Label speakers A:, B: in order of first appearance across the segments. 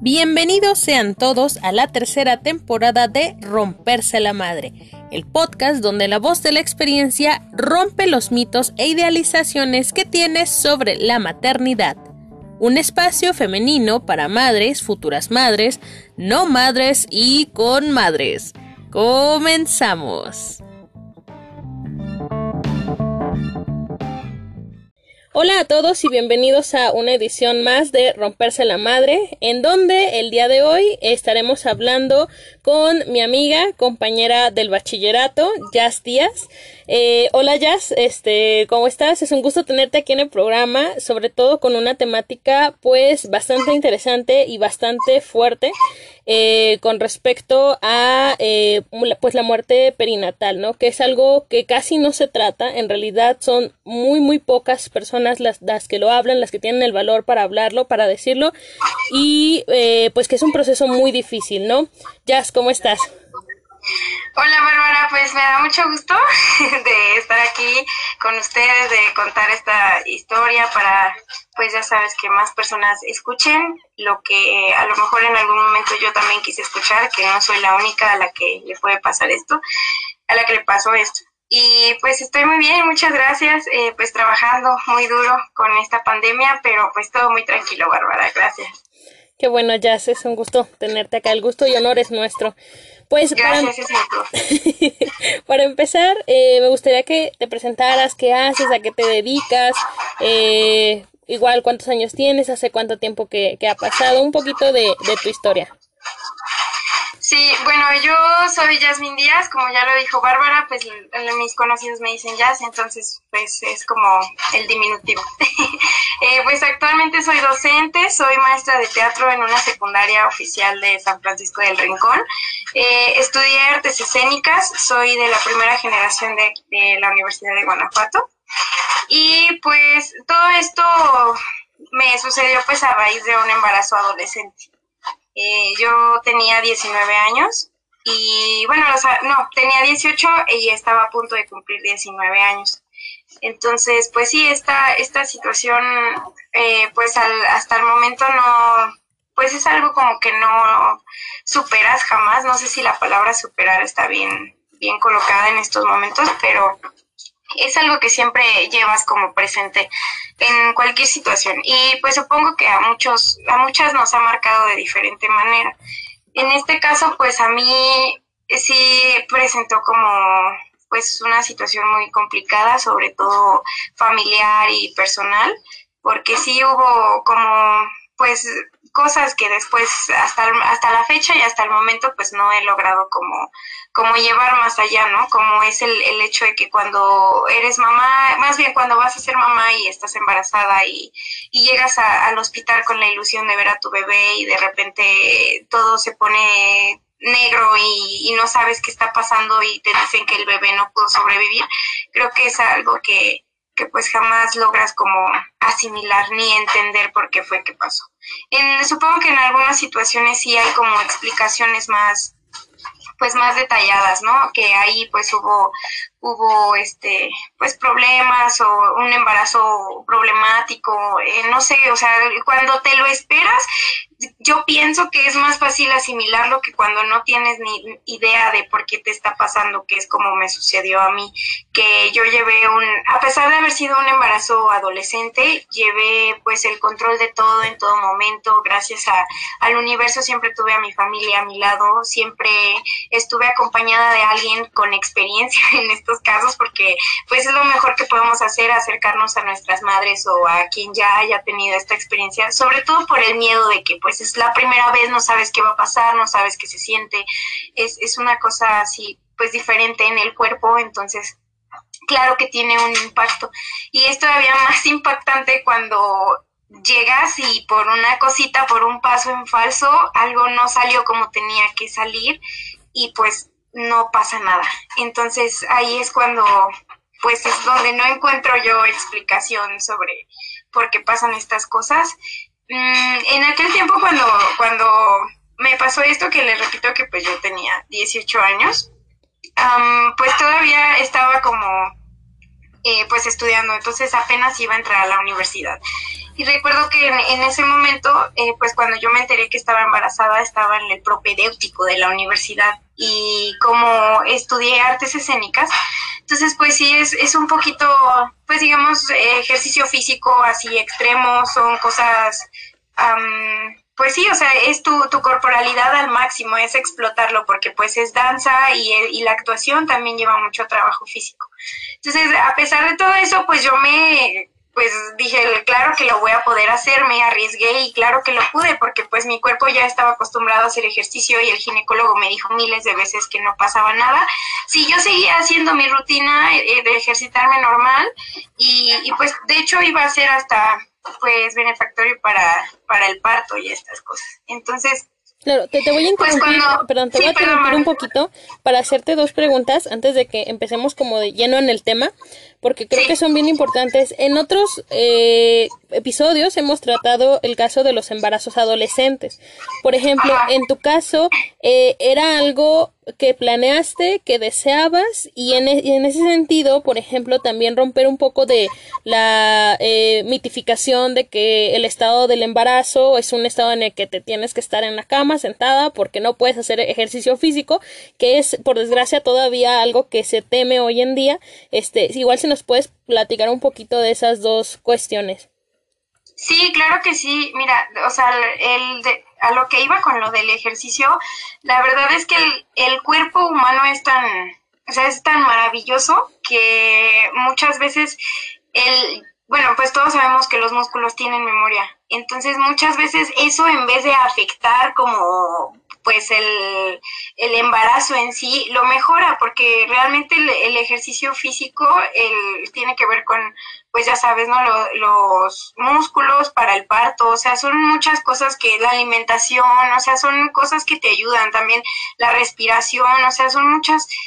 A: Bienvenidos sean todos a la tercera temporada de Romperse la Madre, el podcast donde la voz de la experiencia rompe los mitos e idealizaciones que tienes sobre la maternidad. Un espacio femenino para madres, futuras madres, no madres y con madres. ¡Comenzamos! Hola a todos y bienvenidos a una edición más de Romperse la Madre, en donde el día de hoy estaremos hablando con mi amiga, compañera del bachillerato, Jazz Díaz. Hola Jazz, ¿cómo estás? Es un gusto tenerte aquí en el programa, sobre todo con una temática pues bastante interesante y bastante fuerte con respecto a pues la muerte perinatal, ¿no? Que es algo que casi no se trata, en realidad son muy pocas personas las que lo hablan, las que tienen el valor para hablarlo, para decirlo, y pues que es un proceso muy difícil, ¿no? Jazz, ¿cómo estás?
B: Hola Bárbara, pues me da mucho gusto de estar aquí con ustedes, de contar esta historia para, pues ya sabes, que más personas escuchen lo que a lo mejor en algún momento yo también quise escuchar, que no soy la única a la que le puede pasar esto, a la que le pasó esto. Y pues estoy muy bien, muchas gracias, pues trabajando muy duro con esta pandemia, pero pues todo muy tranquilo, Bárbara, gracias.
A: Qué bueno, Jazz, es un gusto tenerte acá, el gusto y honor es nuestro. Pues
B: gracias,
A: para empezar, me gustaría que te presentaras, qué haces, a qué te dedicas, igual cuántos años tienes, hace cuánto tiempo que ha pasado, un poquito de tu historia.
B: Sí, bueno, yo soy Yasmín Díaz, como ya lo dijo Bárbara, pues mis conocidos me dicen Jazz, entonces pues es como el diminutivo. Pues actualmente soy docente, soy maestra de teatro en una secundaria oficial de San Francisco del Rincón. Estudié artes escénicas, soy de la primera generación de la Universidad de Guanajuato. Y pues todo esto me sucedió pues a raíz de un embarazo adolescente. Yo tenía 19 años y bueno, tenía 18 y estaba a punto de cumplir 19 años. Entonces, pues sí, esta situación, pues hasta el momento no, pues es algo como que no superas jamás. No sé si la palabra superar está bien colocada en estos momentos, pero es algo que siempre llevas como presente en cualquier situación. Y pues supongo que a muchas nos ha marcado de diferente manera. En este caso, pues a mí sí presentó como pues una situación muy complicada, sobre todo familiar y personal, porque sí hubo como pues cosas que después hasta la fecha y hasta el momento pues no he logrado como llevar más allá, ¿no? Como es el hecho de que cuando eres mamá, más bien cuando vas a ser mamá y estás embarazada y llegas al hospital con la ilusión de ver a tu bebé y de repente todo se pone negro y no sabes qué está pasando y te dicen que el bebé no pudo sobrevivir, creo que es algo que pues jamás logras como asimilar ni entender por qué fue que pasó. Supongo que en algunas situaciones sí hay como explicaciones más detalladas, ¿no? Que ahí pues hubo pues problemas o un embarazo problemático, no sé, o sea, cuando te lo esperas, yo pienso que es más fácil asimilarlo que cuando no tienes ni idea de por qué te está pasando, que es como me sucedió a mí, que yo llevé a pesar de haber sido un embarazo adolescente, llevé pues el control de todo en todo momento, gracias al universo siempre tuve a mi familia a mi lado, siempre estuve acompañada de alguien con experiencia en estos casos, porque pues es lo mejor que podemos hacer, acercarnos a nuestras madres o a quien ya haya tenido esta experiencia, sobre todo por el miedo de que pues es la primera vez, no sabes qué va a pasar, no sabes qué se siente, es una cosa así pues diferente en el cuerpo, entonces claro que tiene un impacto y es todavía más impactante cuando llegas y por una cosita, por un paso en falso, algo no salió como tenía que salir y pues no pasa nada. Entonces ahí es cuando pues es donde no encuentro yo explicación sobre por qué pasan estas cosas. En aquel tiempo cuando me pasó esto, que les repito que pues yo tenía 18 años, pues todavía estaba como pues estudiando, entonces apenas iba a entrar a la universidad. Y recuerdo que en ese momento, pues cuando yo me enteré que estaba embarazada, estaba en el propedéutico de la universidad. Y como estudié artes escénicas, entonces pues sí es un poquito, pues digamos, ejercicio físico así extremo, son cosas, pues sí, o sea, es tu corporalidad al máximo, es explotarlo, porque pues es danza y la actuación también lleva mucho trabajo físico. Entonces, a pesar de todo eso, pues yo pues dije, claro que lo voy a poder hacer, me arriesgué y claro que lo pude, porque pues mi cuerpo ya estaba acostumbrado a hacer ejercicio y el ginecólogo me dijo miles de veces que no pasaba nada. Sí, yo seguía haciendo mi rutina de ejercitarme normal y pues de hecho iba a ser hasta pues benefactorio para el parto y estas cosas. Entonces,
A: claro, te voy a interrumpir,
B: pues cuando...
A: perdón, te
B: Sí,
A: voy a interrumpir
B: perdón,
A: un poquito para hacerte dos preguntas antes de que empecemos como de lleno en el tema, porque creo
B: sí.
A: que son bien importantes. En otros episodios hemos tratado el caso de los embarazos adolescentes. Por ejemplo,
B: Ajá.
A: en tu caso, ¿era algo que planeaste, que deseabas? Y en ese sentido, por ejemplo, también romper un poco de la mitificación de que el estado del embarazo es un estado en el que te tienes que estar en la cama sentada porque no puedes hacer ejercicio físico, que es por desgracia todavía algo que se teme hoy en día. Igual si nos puedes platicar un poquito de esas dos cuestiones.
B: Sí, claro que sí. Mira, o sea, a lo que iba con lo del ejercicio, la verdad es que el cuerpo humano es tan, o sea, es tan maravilloso que muchas veces bueno, pues todos sabemos que los músculos tienen memoria. Entonces, muchas veces eso en vez de afectar como pues el embarazo en sí, lo mejora, porque realmente el ejercicio físico tiene que ver con, pues ya sabes, ¿no? Los músculos para el parto, o sea, son muchas cosas que la alimentación, o sea, son cosas que te ayudan, también la respiración, o sea, son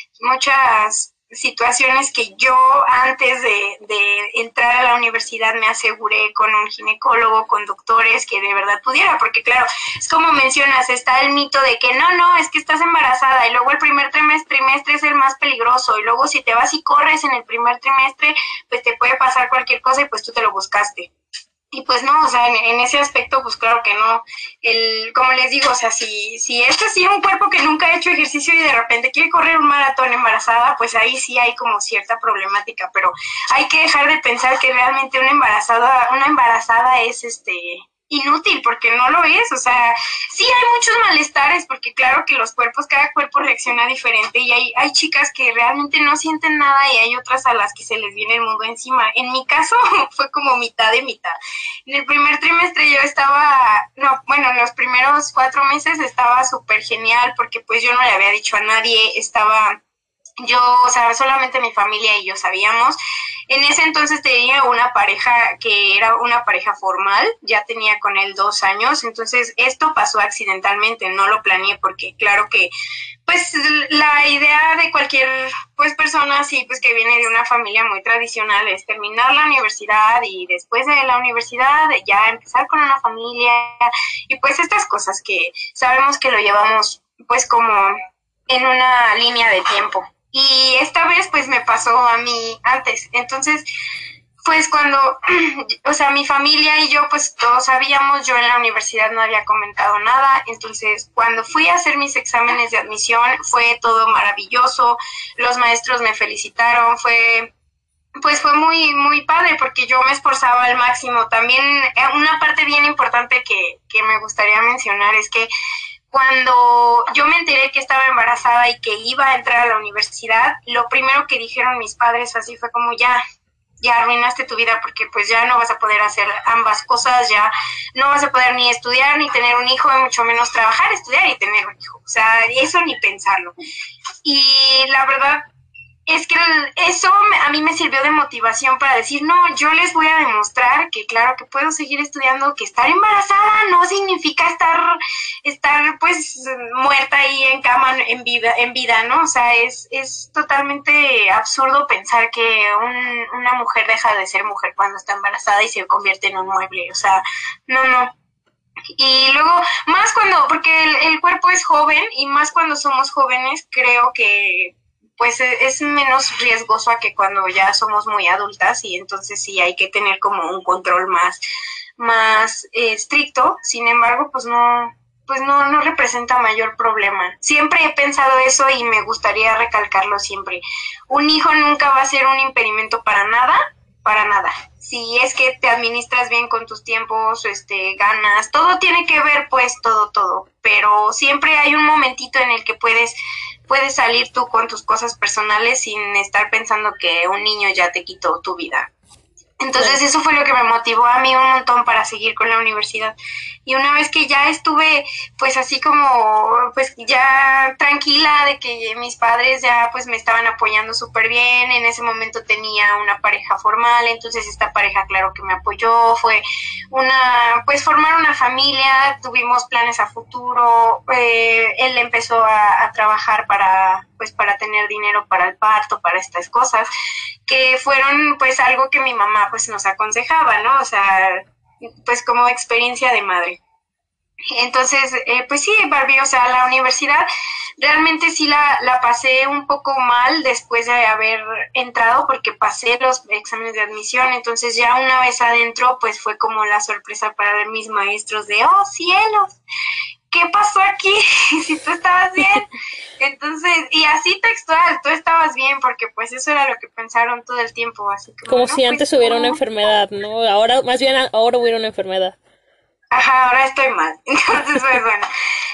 B: muchas situaciones que yo antes de entrar a la universidad me aseguré con un ginecólogo, con doctores que de verdad pudiera, porque claro, es como mencionas, está el mito de que no, es que estás embarazada y luego el primer trimestre es el más peligroso y luego si te vas y corres en el primer trimestre, pues te puede pasar cualquier cosa y pues tú te lo buscaste. Y pues no, o sea, en ese aspecto, pues claro que no. Como les digo, o sea, si es así un cuerpo que nunca ha hecho ejercicio y de repente quiere correr un maratón embarazada, pues ahí sí hay como cierta problemática, pero hay que dejar de pensar que realmente una embarazada es inútil, porque no lo es, o sea, sí hay muchos malestares, porque claro que cada cuerpo reacciona diferente y hay chicas que realmente no sienten nada y hay otras a las que se les viene el mundo encima. En mi caso fue como mitad de mitad. En el primer trimestre yo en los primeros 4 meses estaba súper genial, porque pues yo no le había dicho a nadie, o sea, solamente mi familia y yo sabíamos. En ese entonces tenía una pareja que era una pareja formal, ya tenía con él 2 años, entonces esto pasó accidentalmente, no lo planeé, porque claro que pues la idea de cualquier pues persona así pues que viene de una familia muy tradicional es terminar la universidad y después de la universidad ya empezar con una familia y pues estas cosas que sabemos que lo llevamos pues como en una línea de tiempo. Y esta vez pues me pasó a mí antes, entonces pues cuando, o sea, mi familia y yo pues todos sabíamos, yo en la universidad no había comentado nada, entonces cuando fui a hacer mis exámenes de admisión fue todo maravilloso, los maestros me felicitaron, fue muy, muy padre porque yo me esforzaba al máximo. También una parte bien importante que me gustaría mencionar es que cuando yo me enteré que estaba embarazada y que iba a entrar a la universidad, lo primero que dijeron mis padres así fue como ya arruinaste tu vida porque pues ya no vas a poder hacer ambas cosas, ya no vas a poder ni estudiar ni tener un hijo, y mucho menos trabajar, estudiar y tener un hijo. O sea, eso ni pensarlo. Y la verdad es que eso a mí me sirvió de motivación para decir, no, yo les voy a demostrar que claro que puedo seguir estudiando, que estar embarazada no significa estar pues muerta ahí en cama en vida, ¿no? O sea, es totalmente absurdo pensar que una mujer deja de ser mujer cuando está embarazada y se convierte en un mueble, o sea, no. Y luego, porque el cuerpo es joven y más cuando somos jóvenes, creo que pues es menos riesgoso a que cuando ya somos muy adultas y entonces sí hay que tener como un control más estricto, sin embargo, no representa mayor problema. Siempre he pensado eso y me gustaría recalcarlo siempre. Un hijo nunca va a ser un impedimento para nada, para nada. Si es que te administras bien con tus tiempos, ganas, todo tiene que ver, pues, todo. Pero siempre hay un momentito en el que puedes salir tú con tus cosas personales sin estar pensando que un niño ya te quitó tu vida. Entonces eso fue lo que me motivó a mí un montón para seguir con la universidad. Y una vez que ya estuve pues así como pues ya tranquila de que mis padres ya pues me estaban apoyando súper bien, en ese momento tenía una pareja formal, entonces esta pareja claro que me apoyó, fue pues formar una familia, tuvimos planes a futuro, él empezó a trabajar para tener dinero para el parto, para estas cosas, que fueron pues algo que mi mamá pues nos aconsejaba, ¿no? O sea, pues como experiencia de madre. Entonces, pues sí, Barbie, o sea, la universidad realmente sí la pasé un poco mal después de haber entrado porque pasé los exámenes de admisión, entonces ya una vez adentro pues fue como la sorpresa para mis maestros de, ¡oh cielos! ¿Qué pasó aquí? Si tú estabas bien. Entonces, y así textual, tú estabas bien, porque pues eso era lo que pensaron todo el tiempo, así
A: como si antes hubiera una enfermedad, ¿no? Ahora, más bien ahora hubiera una enfermedad.
B: Ajá, ahora estoy mal. Entonces, pues bueno.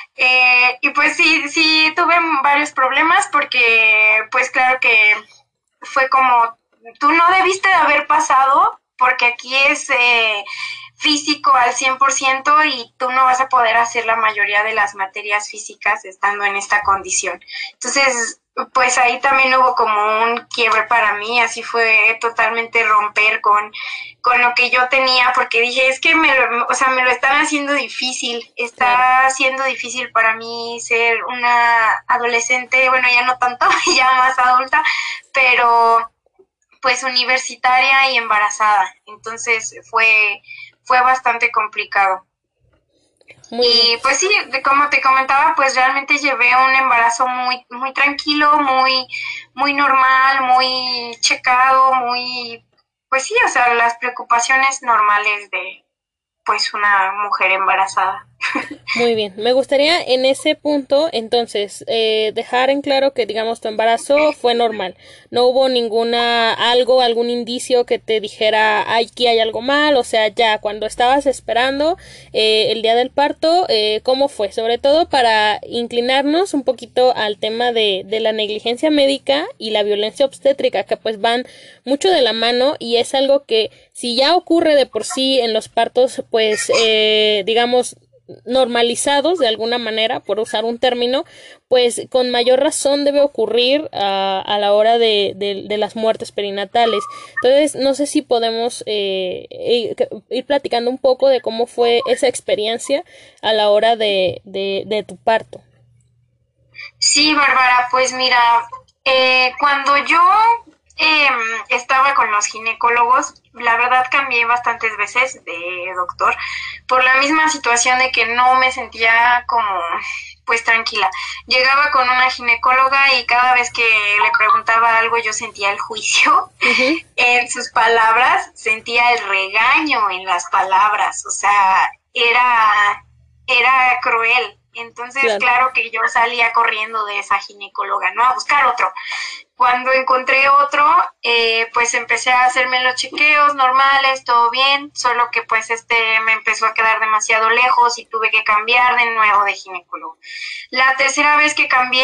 B: Y pues sí tuve varios problemas porque, pues claro que fue como, tú no debiste de haber pasado, porque aquí es físico al 100% y tú no vas a poder hacer la mayoría de las materias físicas estando en esta condición. Entonces, pues ahí también hubo como un quiebre para mí, así fue totalmente romper con lo que yo tenía, porque dije, es que me lo están haciendo difícil, está siendo difícil para mí ser una adolescente, bueno, ya no tanto, ya más adulta, pero pues universitaria y embarazada, entonces fue bastante complicado. Y pues sí, como te comentaba, pues realmente llevé un embarazo muy muy tranquilo, muy normal, muy checado, pues sí, o sea, las preocupaciones normales de pues una mujer embarazada.
A: Muy bien, me gustaría en ese punto entonces dejar en claro que digamos tu embarazo fue normal, no hubo algún indicio que te dijera aquí hay algo mal, o sea ya cuando estabas esperando el día del parto, ¿cómo fue? Sobre todo para inclinarnos un poquito al tema de la negligencia médica y la violencia obstétrica, que pues van mucho de la mano y es algo que si ya ocurre de por sí en los partos pues digamos normalizados de alguna manera, por usar un término, pues con mayor razón debe ocurrir a la hora de las muertes perinatales. Entonces, no sé si podemos ir platicando un poco de cómo fue esa experiencia a la hora de tu parto.
B: Sí, Bárbara, pues mira, cuando yo estaba con los ginecólogos, la verdad cambié bastantes veces de doctor por la misma situación de que no me sentía como pues tranquila. Llegaba con una ginecóloga y cada vez que le preguntaba algo yo sentía el juicio en sus palabras, sentía el regaño en las palabras, o sea, era cruel. Entonces, claro que yo salía corriendo de esa ginecóloga, ¿no? A buscar otro. Cuando encontré otro, pues empecé a hacerme los chequeos normales, todo bien, solo que pues me empezó a quedar demasiado lejos y tuve que cambiar de nuevo de ginecólogo. La tercera vez que cambié,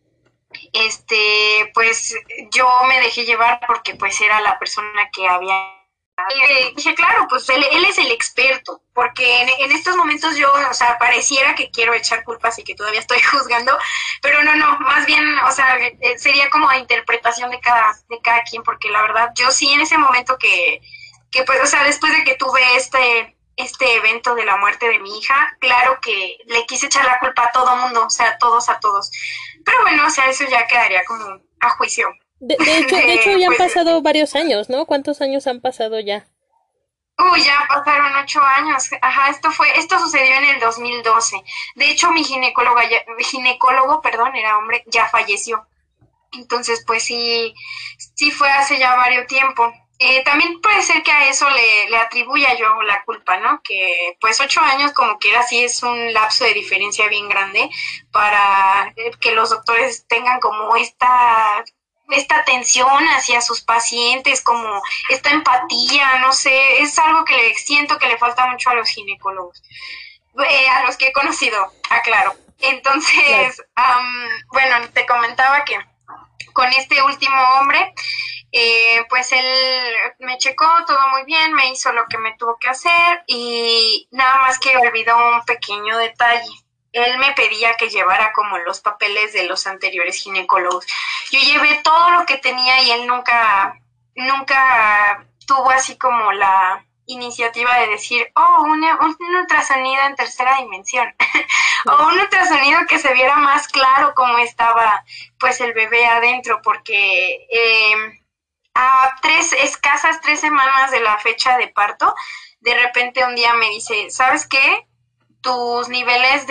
B: pues yo me dejé llevar porque pues era la persona que había. Y dije, claro, pues él es el experto, porque en estos momentos yo, o sea, pareciera que quiero echar culpas y que todavía estoy juzgando, pero no, más bien, o sea, sería como a interpretación de cada quien, porque la verdad, yo sí en ese momento que pues, o sea, después de que tuve este evento de la muerte de mi hija, claro que le quise echar la culpa a todo mundo, o sea, a todos, pero bueno, o sea, eso ya quedaría como a juicio.
A: De hecho ya han pasado varios años, ¿no? ¿Cuántos años han pasado ya?
B: Ya pasaron 8 años. Ajá, esto sucedió en el 2012. De hecho, mi ginecólogo, perdón, era hombre, ya falleció. Entonces, pues sí fue hace ya varios tiempo. También puede ser que a eso le atribuya yo la culpa, ¿no? Que pues 8 años como quiera sí es un lapso de diferencia bien grande para que los doctores tengan como esta atención hacia sus pacientes, como esta empatía, no sé, es algo que le siento que le falta mucho a los ginecólogos, a los que he conocido, aclaro. Entonces, claro. Bueno, te comentaba que con este último hombre, pues él me checó todo muy bien, me hizo lo que me tuvo que hacer y nada más que olvidó un pequeño detalle. Él me pedía que llevara como los papeles de los anteriores ginecólogos. Yo llevé todo lo que tenía y él nunca tuvo así como la iniciativa de decir, un ultrasonido en tercera dimensión o un ultrasonido que se viera más claro cómo estaba pues el bebé adentro, porque a escasas 3 semanas de la fecha de parto, de repente un día me dice, ¿sabes qué? Tus niveles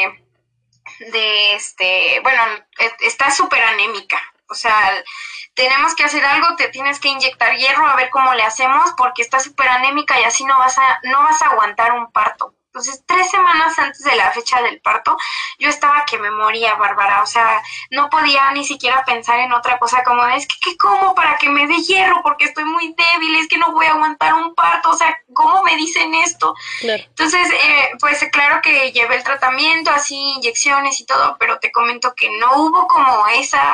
B: estás súper anémica, o sea, tenemos que hacer algo, te tienes que inyectar hierro a ver cómo le hacemos porque estás súper anémica y así no vas a aguantar un parto. Entonces, 3 semanas antes de la fecha del parto, yo estaba que me moría, Bárbara. O sea, no podía ni siquiera pensar en otra cosa como de, es que ¿qué como para que me dé hierro? Porque estoy muy débil, es que no voy a aguantar un parto. O sea, ¿cómo me dicen esto? Claro. Entonces, pues claro que llevé el tratamiento, así, inyecciones y todo, pero te comento que no hubo como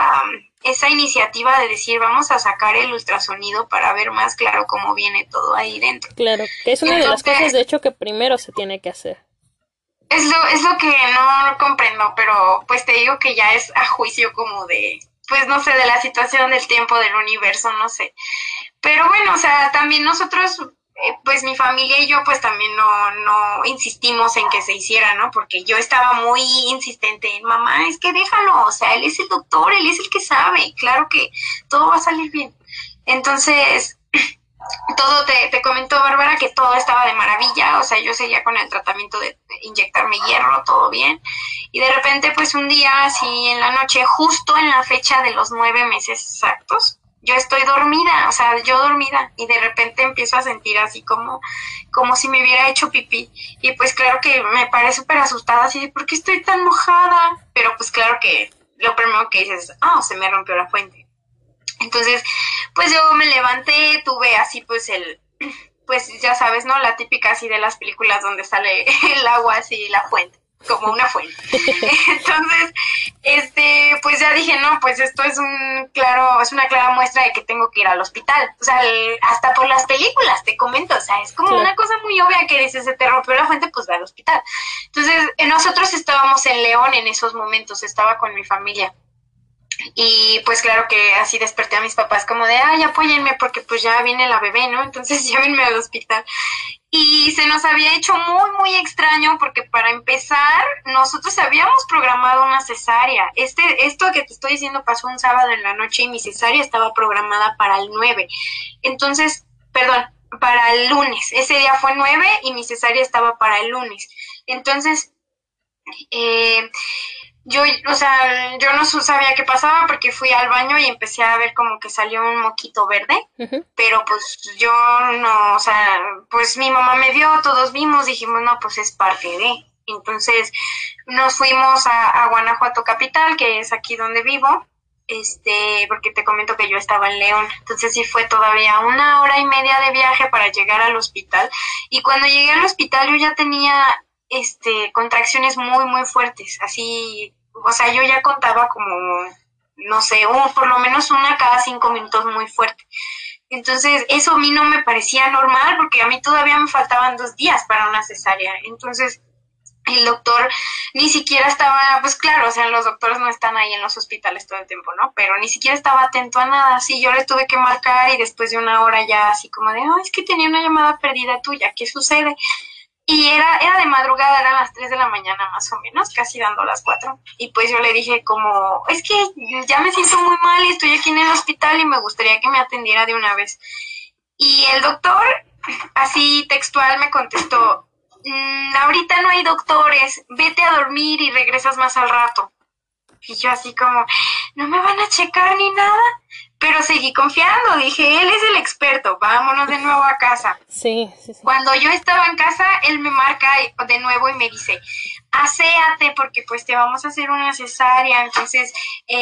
B: esa iniciativa de decir vamos a sacar el ultrasonido para ver más claro cómo viene todo ahí dentro.
A: Claro, que es una de las cosas de hecho que primero se tiene que hacer.
B: Es lo que no comprendo, pero pues te digo que ya es a juicio como de, pues no sé, de la situación del tiempo, del universo, no sé. Pero bueno, o sea, también nosotros, pues mi familia y yo pues también no insistimos en que se hiciera, ¿no? Porque yo estaba muy insistente en, mamá, es que déjalo, o sea, él es el doctor, él es el que sabe, claro que todo va a salir bien. Entonces, todo te comentó Bárbara que todo estaba de maravilla, o sea, yo seguía con el tratamiento de inyectarme hierro, todo bien, y de repente pues un día así en la noche, justo en la fecha de los 9 meses exactos, yo estoy dormida, o sea, yo dormida, y de repente empiezo a sentir así como si me hubiera hecho pipí, y pues claro que me paré súper asustada, así de, ¿por qué estoy tan mojada? Pero pues claro que lo primero que dices, se me rompió la fuente. Entonces, pues yo me levanté, tuve así pues pues ya sabes, ¿no? La típica así de las películas donde sale el agua así, la fuente, como una fuente. Entonces, pues ya dije, no, pues esto es una clara muestra de que tengo que ir al hospital. O sea, hasta por las películas, te comento, o sea, es como una cosa muy obvia que dices, se te rompió la fuente, pues ve al hospital. Entonces, nosotros estábamos en León en esos momentos, estaba con mi familia. Y pues claro que así desperté a mis papás como de, apóyenme porque pues ya viene la bebé, ¿no? Entonces llévenme al hospital. Y se nos había hecho muy, muy extraño porque para empezar, nosotros habíamos programado una cesárea. Esto que te estoy diciendo pasó un sábado en la noche y mi cesárea estaba programada para el 9. Entonces, perdón, para el lunes. Ese día fue 9 y mi cesárea estaba para el lunes. Entonces, yo no sabía qué pasaba porque fui al baño y empecé a ver como que salió un moquito verde, pero pues yo no, o sea, pues mi mamá me vio, todos vimos, dijimos, no, pues es parte de. Entonces nos fuimos a Guanajuato capital, que es aquí donde vivo, porque te comento que yo estaba en León, entonces sí fue todavía 1 hora y media de viaje para llegar al hospital, y cuando llegué al hospital yo ya tenía contracciones muy, muy fuertes, así, o sea, yo ya contaba como, no sé, por lo menos una cada 5 minutos muy fuerte. Entonces, eso a mí no me parecía normal, porque a mí todavía me faltaban 2 días para una cesárea. Entonces, el doctor ni siquiera estaba, pues claro, o sea, los doctores no están ahí en los hospitales todo el tiempo, ¿no? Pero ni siquiera estaba atento a nada, así yo le tuve que marcar y después de 1 hora ya así como de, es que tenía una llamada perdida tuya, ¿qué sucede? Y era de madrugada, eran las 3 de la mañana más o menos, casi dando las 4. Y pues yo le dije como, es que ya me siento muy mal y estoy aquí en el hospital y me gustaría que me atendiera de una vez. Y el doctor, así textual, me contestó, ahorita no hay doctores, vete a dormir y regresas más al rato. Y yo así como, no me van a checar ni nada. pero seguí confiando, dije, él es el experto, vámonos de nuevo a casa.
A: Sí.
B: Cuando yo estaba en casa, él me marca de nuevo y me dice, aséate porque pues te vamos a hacer una cesárea, entonces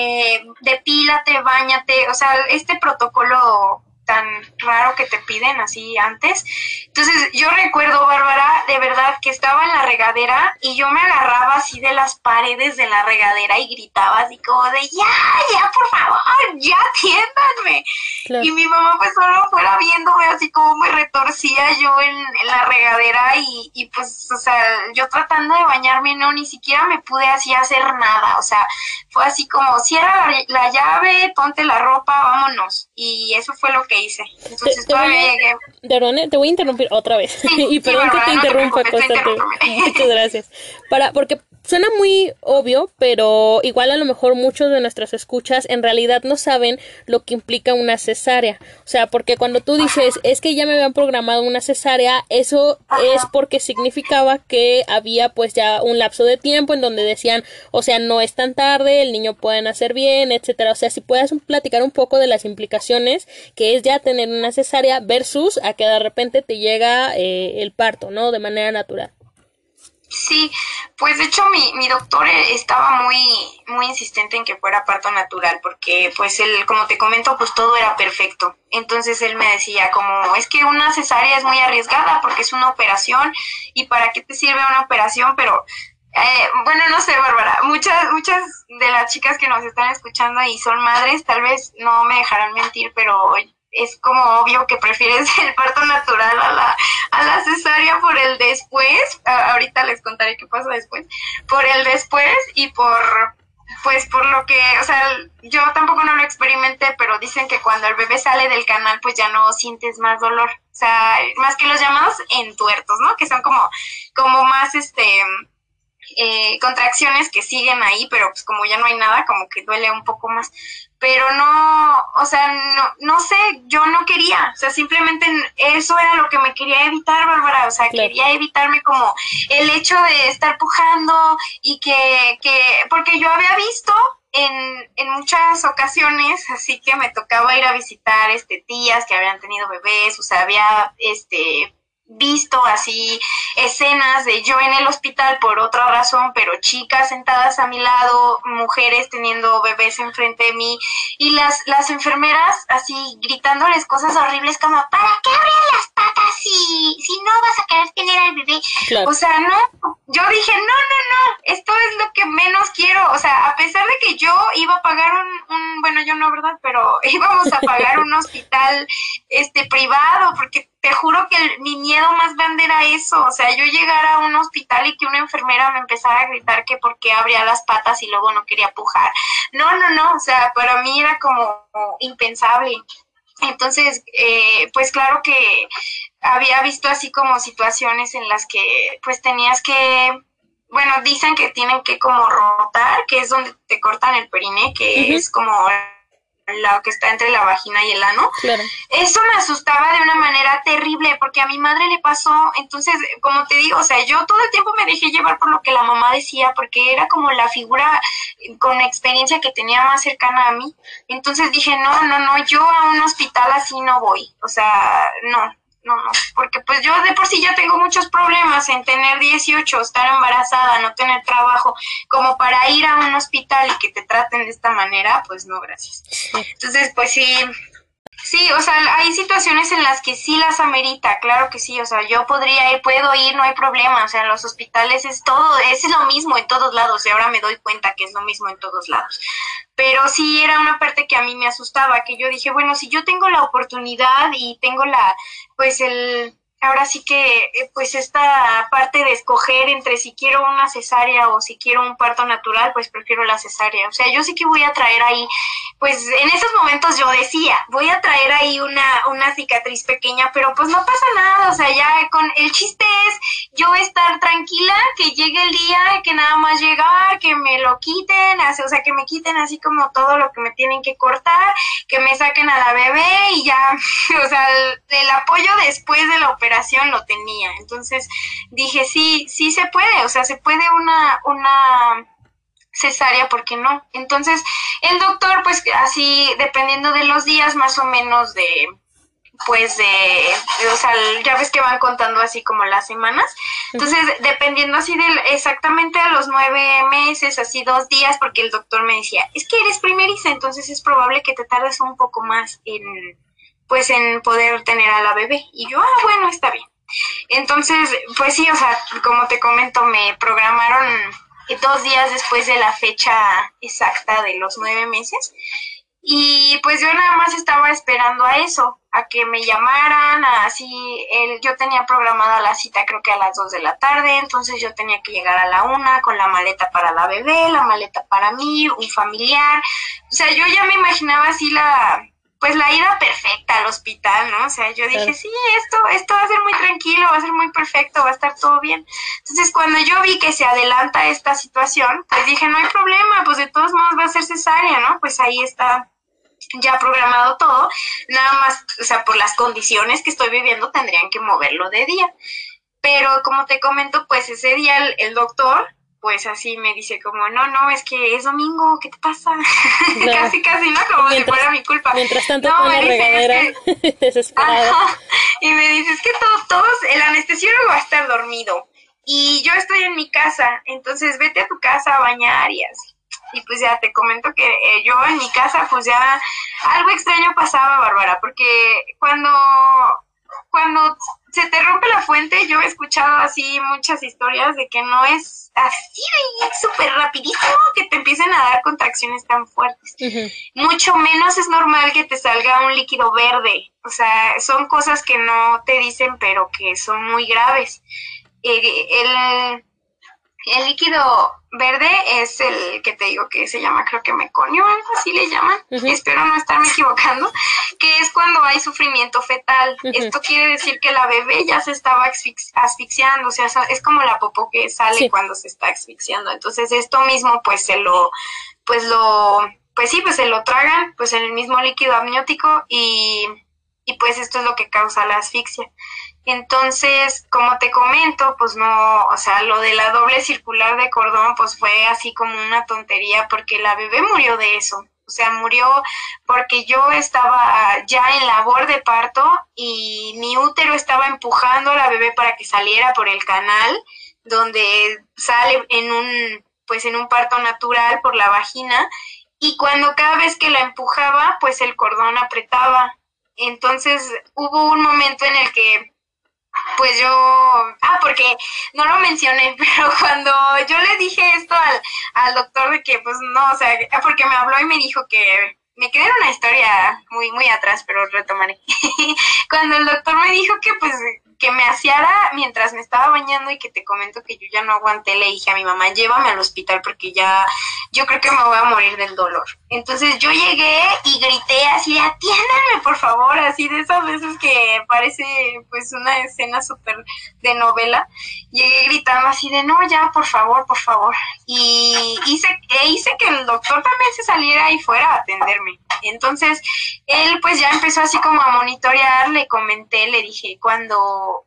B: depílate, báñate, o sea, este protocolo tan raro que te piden así antes. Entonces yo recuerdo, Bárbara, de verdad que estaba en la regadera y yo me agarraba así de las paredes de la regadera y gritaba así como de ya, por favor, ya atiéndanme. Claro. Y mi mamá pues solo fuera viéndome así como me retorcía yo en la regadera y pues, o sea, yo tratando de bañarme, no, ni siquiera me pude así hacer nada, o sea, fue así como cierra la llave, ponte la ropa, vámonos. Y eso fue lo que hice. Entonces todavía llegué.
A: Te voy a interrumpir otra vez.
B: Sí,
A: y perdón
B: Bárbara,
A: que te interrumpa constantemente. Muchas gracias. Porque suena muy obvio, pero igual a lo mejor muchos de nuestras escuchas en realidad no saben lo que implica una cesárea. O sea, porque cuando tú dices, es que ya me habían programado una cesárea, eso es porque significaba que había pues ya un lapso de tiempo en donde decían, o sea, no es tan tarde, el niño puede nacer bien, etcétera. O sea, si puedes platicar un poco de las implicaciones que es ya tener una cesárea versus a que de repente te llega el parto, ¿no? De manera natural.
B: Sí, pues de hecho mi doctor estaba muy insistente en que fuera parto natural porque pues él, como te comento, pues todo era perfecto. Entonces él me decía como, es que una cesárea es muy arriesgada porque es una operación y ¿para qué te sirve una operación? Pero bueno, no sé, Bárbara, muchas de las chicas que nos están escuchando y son madres tal vez no me dejarán mentir, pero es como obvio que prefieres el parto natural a la cesárea por el después. Ahorita les contaré qué pasó después. Por el después y por lo que, o sea, yo tampoco no lo experimenté, pero dicen que cuando el bebé sale del canal, pues ya no sientes más dolor. O sea, más que los llamados entuertos, ¿no? Que son como más, contracciones que siguen ahí, pero pues como ya no hay nada, como que duele un poco más. Pero no, o sea, no sé, yo no quería, o sea, simplemente eso era lo que me quería evitar, Bárbara, o sea, claro. Quería evitarme como el hecho de estar pujando y que porque yo había visto en muchas ocasiones, así que me tocaba ir a visitar tías que habían tenido bebés, o sea, había visto así escenas de yo en el hospital por otra razón, pero chicas sentadas a mi lado, mujeres teniendo bebés enfrente de mí y las enfermeras así gritándoles cosas horribles como ¿para qué abres las patas si no vas a querer tener al bebé? Claro. O sea, no, yo dije no, esto es lo que menos quiero, o sea, a pesar de que yo iba a pagar bueno, yo no, ¿verdad? Pero íbamos a pagar un hospital privado, porque te juro que mi miedo más grande era eso, o sea, yo llegar a un hospital y que una enfermera me empezara a gritar que por qué abría las patas y luego no quería pujar. No, o sea, para mí era como impensable. Entonces, pues claro que había visto así como situaciones en las que pues tenías que, bueno, dicen que tienen que como rotar, que es donde te cortan el periné, que es como lo que está entre la vagina y el ano. Claro. Eso me asustaba de una manera terrible porque a mi madre le pasó. Entonces, como te digo, o sea, yo todo el tiempo me dejé llevar por lo que la mamá decía porque era como la figura con experiencia que tenía más cercana a mí. Entonces dije, no, yo a un hospital así no voy, o sea, no, porque pues yo de por sí ya tengo muchos problemas en tener 18, estar embarazada, no tener trabajo, como para ir a un hospital y que te traten de esta manera, pues no, gracias. Entonces, pues sí, o sea, hay situaciones en las que sí las amerita, claro que sí, o sea, yo puedo ir, no hay problema, o sea, en los hospitales es lo mismo en todos lados, y ahora me doy cuenta que es lo mismo en todos lados. Pero sí era una parte que a mí me asustaba, que yo dije, bueno, si yo tengo la oportunidad y tengo ahora sí que, pues esta parte de escoger entre si quiero una cesárea o si quiero un parto natural, pues prefiero la cesárea. O sea, yo sí que voy a traer ahí, pues en esos momentos yo decía, voy a traer ahí una cicatriz pequeña, pero pues no pasa nada, o sea, ya el chiste es yo estar tranquila, que llegue el día, que nada más llegar, que me lo quiten, o sea, que me quiten así como todo lo que me tienen que cortar, que me saquen a la bebé y ya, o sea, el apoyo después de la operación lo tenía. Entonces dije, sí se puede, o sea, se puede una cesárea porque no. Entonces, el doctor, pues así, dependiendo de los días, más o menos o sea, ya ves que van contando así como las semanas. Entonces, dependiendo así exactamente a los 9 meses, así 2 días, porque el doctor me decía, es que eres primeriza, entonces es probable que te tardes un poco más en poder tener a la bebé. Y yo, bueno, está bien. Entonces, pues sí, o sea, como te comento, me programaron 2 días después de la fecha exacta de los 9 meses. Y pues yo nada más estaba esperando a eso, a que me llamaran, yo tenía programada la cita creo que a las 2 de la tarde, entonces yo tenía que llegar a la 1 con la maleta para la bebé, la maleta para mí, un familiar. O sea, yo ya me imaginaba así la ida perfecta al hospital, ¿no? O sea, yo dije, sí, esto va a ser muy tranquilo, va a ser muy perfecto, va a estar todo bien. Entonces, cuando yo vi que se adelanta esta situación, pues dije, no hay problema, pues de todos modos va a ser cesárea, ¿no? Pues ahí está ya programado todo, nada más, o sea, por las condiciones que estoy viviendo tendrían que moverlo de día. Pero como te comento, pues ese día el doctor, pues así me dice como, no, es que es domingo, ¿qué te pasa? No. casi, ¿no? Como si fuera mi culpa.
A: Mientras tanto con la regadera, desesperada.
B: Y me dice, es que el anestesiólogo va a estar dormido y yo estoy en mi casa, entonces vete a tu casa a bañar y así. Y pues ya te comento que yo en mi casa pues ya algo extraño pasaba, Bárbara, porque cuando se te rompe la fuente, yo he escuchado así muchas historias de que no es así de súper rapidísimo que te empiecen a dar contracciones tan fuertes. Mucho menos es normal que te salga un líquido verde. O sea, son cosas que no te dicen, pero que son muy graves. El líquido verde es el que te digo que se llama, creo que meconio, algo así le llaman, espero no estarme equivocando, que es cuando hay sufrimiento fetal. Esto quiere decir que la bebé ya se estaba asfixiando, o sea, es como la popó que sale cuando se está asfixiando. Entonces esto mismo pues se lo tragan pues en el mismo líquido amniótico y pues esto es lo que causa la asfixia. Entonces, como te comento, pues no, o sea, lo de la doble circular de cordón, pues fue así como una tontería, porque la bebé murió de eso. O sea, murió porque yo estaba ya en labor de parto y mi útero estaba empujando a la bebé para que saliera por el canal, donde sale en un parto natural por la vagina, y cuando cada vez que la empujaba, pues el cordón apretaba. Entonces, hubo un momento en el que pues porque no lo mencioné, pero cuando yo le dije esto al doctor de que pues no, o sea, porque me habló y me dijo que me quedé en una historia muy, muy atrás, pero retomaré. Cuando el doctor me dijo que pues que me aseara mientras me estaba bañando y que te comento que yo ya no aguanté, le dije a mi mamá, llévame al hospital porque ya yo creo que me voy a morir del dolor. Entonces yo llegué y grité así de atiéndanme por favor, así de esas veces que parece pues una escena súper de novela. Llegué gritando así de no, ya por favor, y hice que el doctor también se saliera y fuera a atenderme. Entonces él pues ya empezó así como a monitorear, le comenté, le dije cuando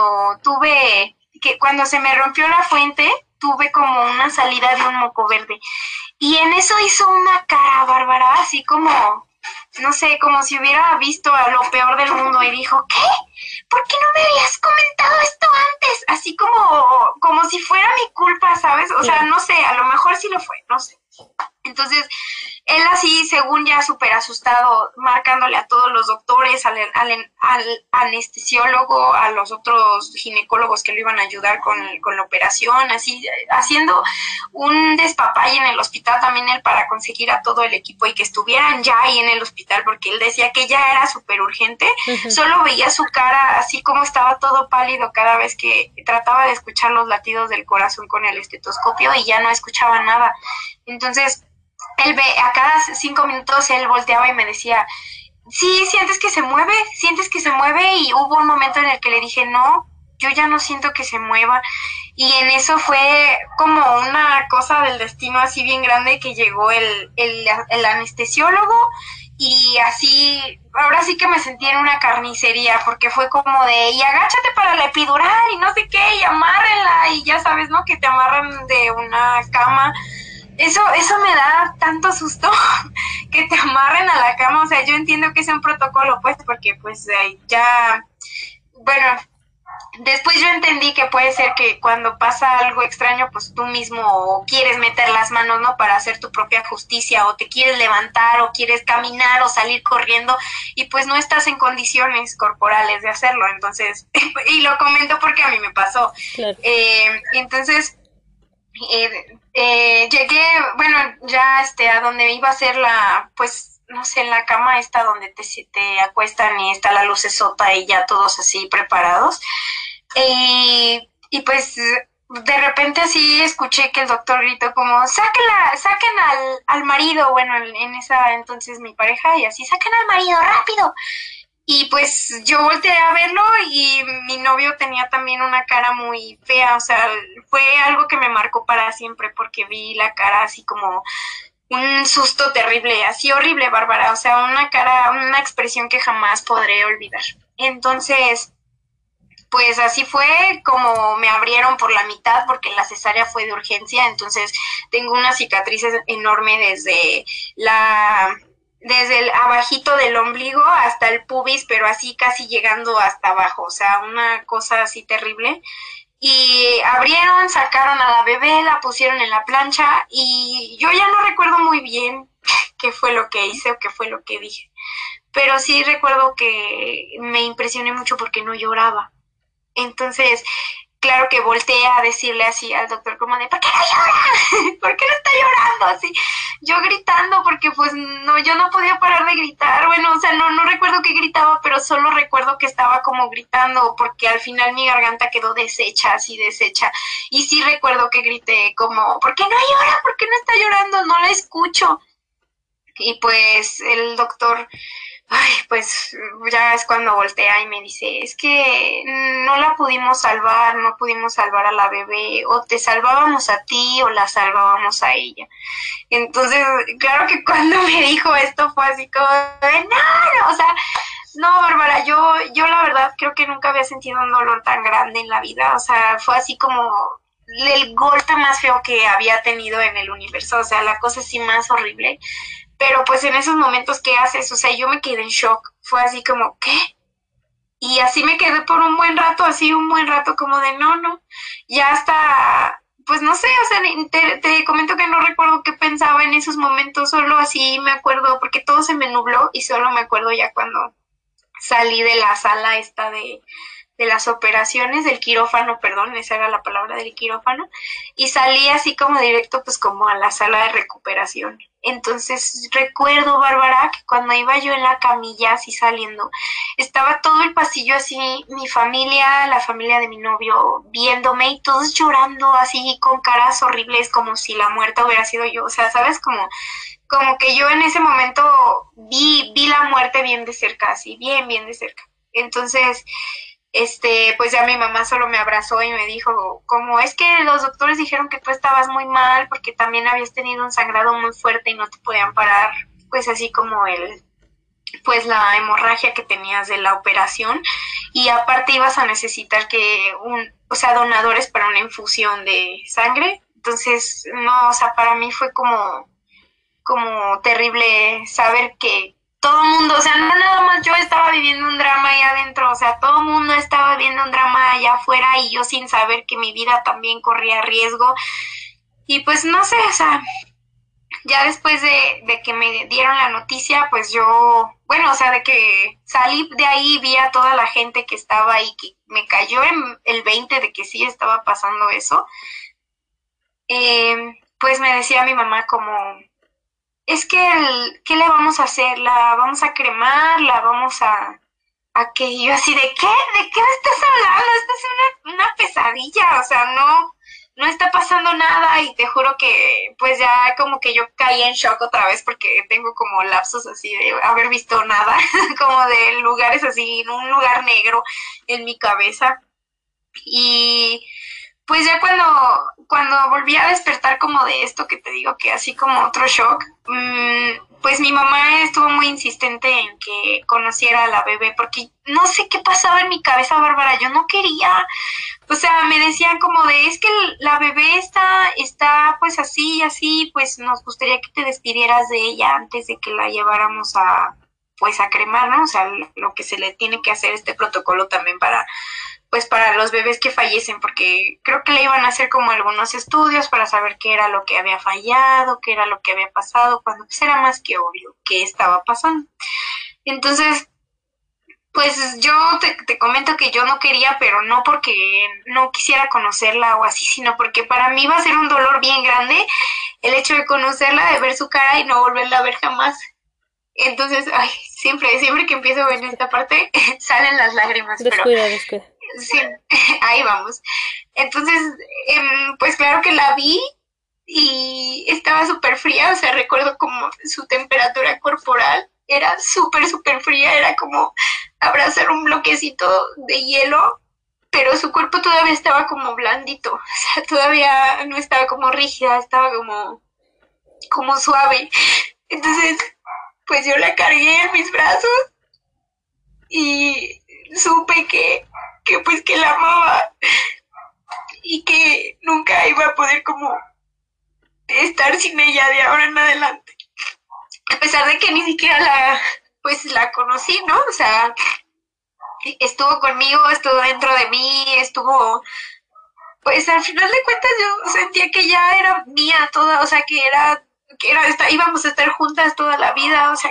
B: se me rompió la fuente, tuve como una salida de un moco verde. Y en eso hizo una cara, Bárbara, así como, no sé, como si hubiera visto a lo peor del mundo y dijo, ¿qué? ¿Por qué no me habías comentado esto antes? Así como si fuera mi culpa, ¿sabes? O sea, no sé, a lo mejor sí lo fue, no sé. Entonces, él así, según ya súper asustado, marcándole a todos los doctores, al anestesiólogo, a los otros ginecólogos que lo iban a ayudar con la operación, así, haciendo un despapalle en el hospital también él para conseguir a todo el equipo y que estuvieran ya ahí en el hospital, porque él decía que ya era súper urgente. Solo veía su cara así como estaba todo pálido cada vez que trataba de escuchar los latidos del corazón con el estetoscopio y ya no escuchaba nada. Entonces, a cada 5 minutos él volteaba y me decía, sí, ¿sientes que se mueve? Y hubo un momento en el que le dije, no, yo ya no siento que se mueva. Y en eso fue como una cosa del destino así bien grande que llegó el anestesiólogo y así, ahora sí que me sentí en una carnicería porque fue como de, y agáchate para la epidural y no sé qué, y amárrenla, y ya sabes, ¿no? Que te amarran de una cama. eso me da tanto susto que te amarren a la cama. O sea, yo entiendo que es un protocolo, pues, porque pues ya, bueno, después yo entendí que puede ser que cuando pasa algo extraño, pues tú mismo quieres meter las manos, ¿no? Para hacer tu propia justicia, o te quieres levantar, o quieres caminar, o salir corriendo, y pues no estás en condiciones corporales de hacerlo. Entonces, y lo comento porque a mí me pasó.
A: Claro.
B: Entonces, llegué, bueno, ya a donde iba a ser pues, no sé, en la cama esta donde te acuestan y está la lucesota y ya todos así preparados. Y pues de repente así escuché que el doctor gritó como, saquen al marido, bueno, en esa entonces mi pareja, y así, saquen al marido, rápido. Y pues yo volteé a verlo y mi novio tenía también una cara muy fea, o sea, fue algo que me marcó para siempre porque vi la cara así como un susto terrible, así horrible, Bárbara, o sea, una expresión que jamás podré olvidar. Entonces, pues así fue como me abrieron por la mitad porque la cesárea fue de urgencia, entonces tengo una cicatriz enorme desde el abajito del ombligo hasta el pubis, pero así casi llegando hasta abajo, o sea, una cosa así terrible. Y abrieron, sacaron a la bebé, la pusieron en la plancha y yo ya no recuerdo muy bien qué fue lo que hice o qué fue lo que dije, pero sí recuerdo que me impresioné mucho porque no lloraba. Entonces, claro que volteé a decirle así al doctor como de, ¿por qué no llora? ¿Por qué no está llorando? Así, yo gritando porque pues no, yo no podía parar de gritar. Bueno, o sea, no recuerdo qué gritaba, pero solo recuerdo que estaba como gritando porque al final mi garganta quedó deshecha, así deshecha. Y sí recuerdo que grité como, ¿por qué no llora? ¿Por qué no está llorando? No la escucho. Y pues el doctor, ay, pues ya es cuando voltea y me dice, es que no la pudimos salvar, no pudimos salvar a la bebé, o te salvábamos a ti o la salvábamos a ella. Entonces, claro que cuando me dijo esto fue así como, no, o sea, no, Bárbara, yo la verdad creo que nunca había sentido un dolor tan grande en la vida, o sea, fue así como el golpe más feo que había tenido en el universo, o sea, la cosa así más horrible. Pero pues en esos momentos, ¿qué haces? O sea, yo me quedé en shock. Fue así como, ¿qué? Y así me quedé por un buen rato, así un buen rato como de no. Ya hasta, pues no sé, o sea, te comento que no recuerdo qué pensaba en esos momentos, solo así me acuerdo, porque todo se me nubló y solo me acuerdo ya cuando salí de la sala esta de las operaciones, del quirófano, perdón, esa era la palabra, del quirófano, y salí así como directo pues como a la sala de recuperación. Entonces recuerdo, Bárbara, que cuando iba yo en la camilla así saliendo, estaba todo el pasillo así, mi familia, la familia de mi novio, viéndome y todos llorando así con caras horribles como si la muerta hubiera sido yo, o sea, ¿sabes? Como que yo en ese momento vi la muerte bien de cerca, así, bien de cerca. Entonces, pues ya mi mamá solo me abrazó y me dijo, como es que los doctores dijeron que tú estabas muy mal porque también habías tenido un sangrado muy fuerte y no te podían parar, pues así como pues la hemorragia que tenías de la operación, y aparte ibas a necesitar o sea, donadores para una infusión de sangre. Entonces, no, o sea, para mí fue como terrible saber que todo el mundo, o sea, no nada más yo estaba viviendo un drama ahí adentro, o sea, todo el mundo estaba viviendo un drama allá afuera y yo sin saber que mi vida también corría riesgo. Y pues no sé, o sea, ya después de que me dieron la noticia, pues yo, bueno, o sea, de que salí de ahí, vi a toda la gente que estaba ahí, que me cayó en el 20 de que sí estaba pasando eso. Pues me decía mi mamá como, es que, ¿qué le vamos a hacer? ¿La vamos a cremar? ¿La vamos a qué? Y yo así, ¿de qué? ¿De qué me estás hablando? Esto es una pesadilla, o sea, no está pasando nada, y te juro que pues ya como que yo caí en shock otra vez porque tengo como lapsos así de haber visto nada, como de lugares así, en un lugar negro en mi cabeza. Y pues ya cuando volví a despertar como de esto que te digo, que así como otro shock, pues mi mamá estuvo muy insistente en que conociera a la bebé, porque no sé qué pasaba en mi cabeza, Bárbara, yo no quería, o sea, me decían como de, es que la bebé está pues así y así, pues nos gustaría que te despidieras de ella antes de que la lleváramos pues a cremar, ¿no? O sea, lo que se le tiene que hacer este protocolo también pues para los bebés que fallecen, porque creo que le iban a hacer como algunos estudios para saber qué era lo que había fallado, qué era lo que había pasado, cuando pues era más que obvio qué estaba pasando. Entonces, pues yo te comento que yo no quería, pero no porque no quisiera conocerla o así, sino porque para mí va a ser un dolor bien grande el hecho de conocerla, de ver su cara y no volverla a ver jamás. Entonces, ay, siempre que empiezo en esta parte salen las lágrimas,
A: Descuida.
B: sí, ahí vamos. Entonces, pues claro que la vi y estaba súper fría, o sea, recuerdo como su temperatura corporal era súper fría, era como abrazar un bloquecito de hielo, pero su cuerpo todavía estaba como blandito, o sea, todavía no estaba como rígida, estaba como suave. Entonces, pues yo la cargué en mis brazos y supe que pues que la amaba y que nunca iba a poder como estar sin ella de ahora en adelante. A pesar de que ni siquiera la conocí, ¿no? O sea, estuvo conmigo, estuvo dentro de mí, pues al final de cuentas yo sentía que ya era mía toda, o sea, íbamos a estar juntas toda la vida, o sea,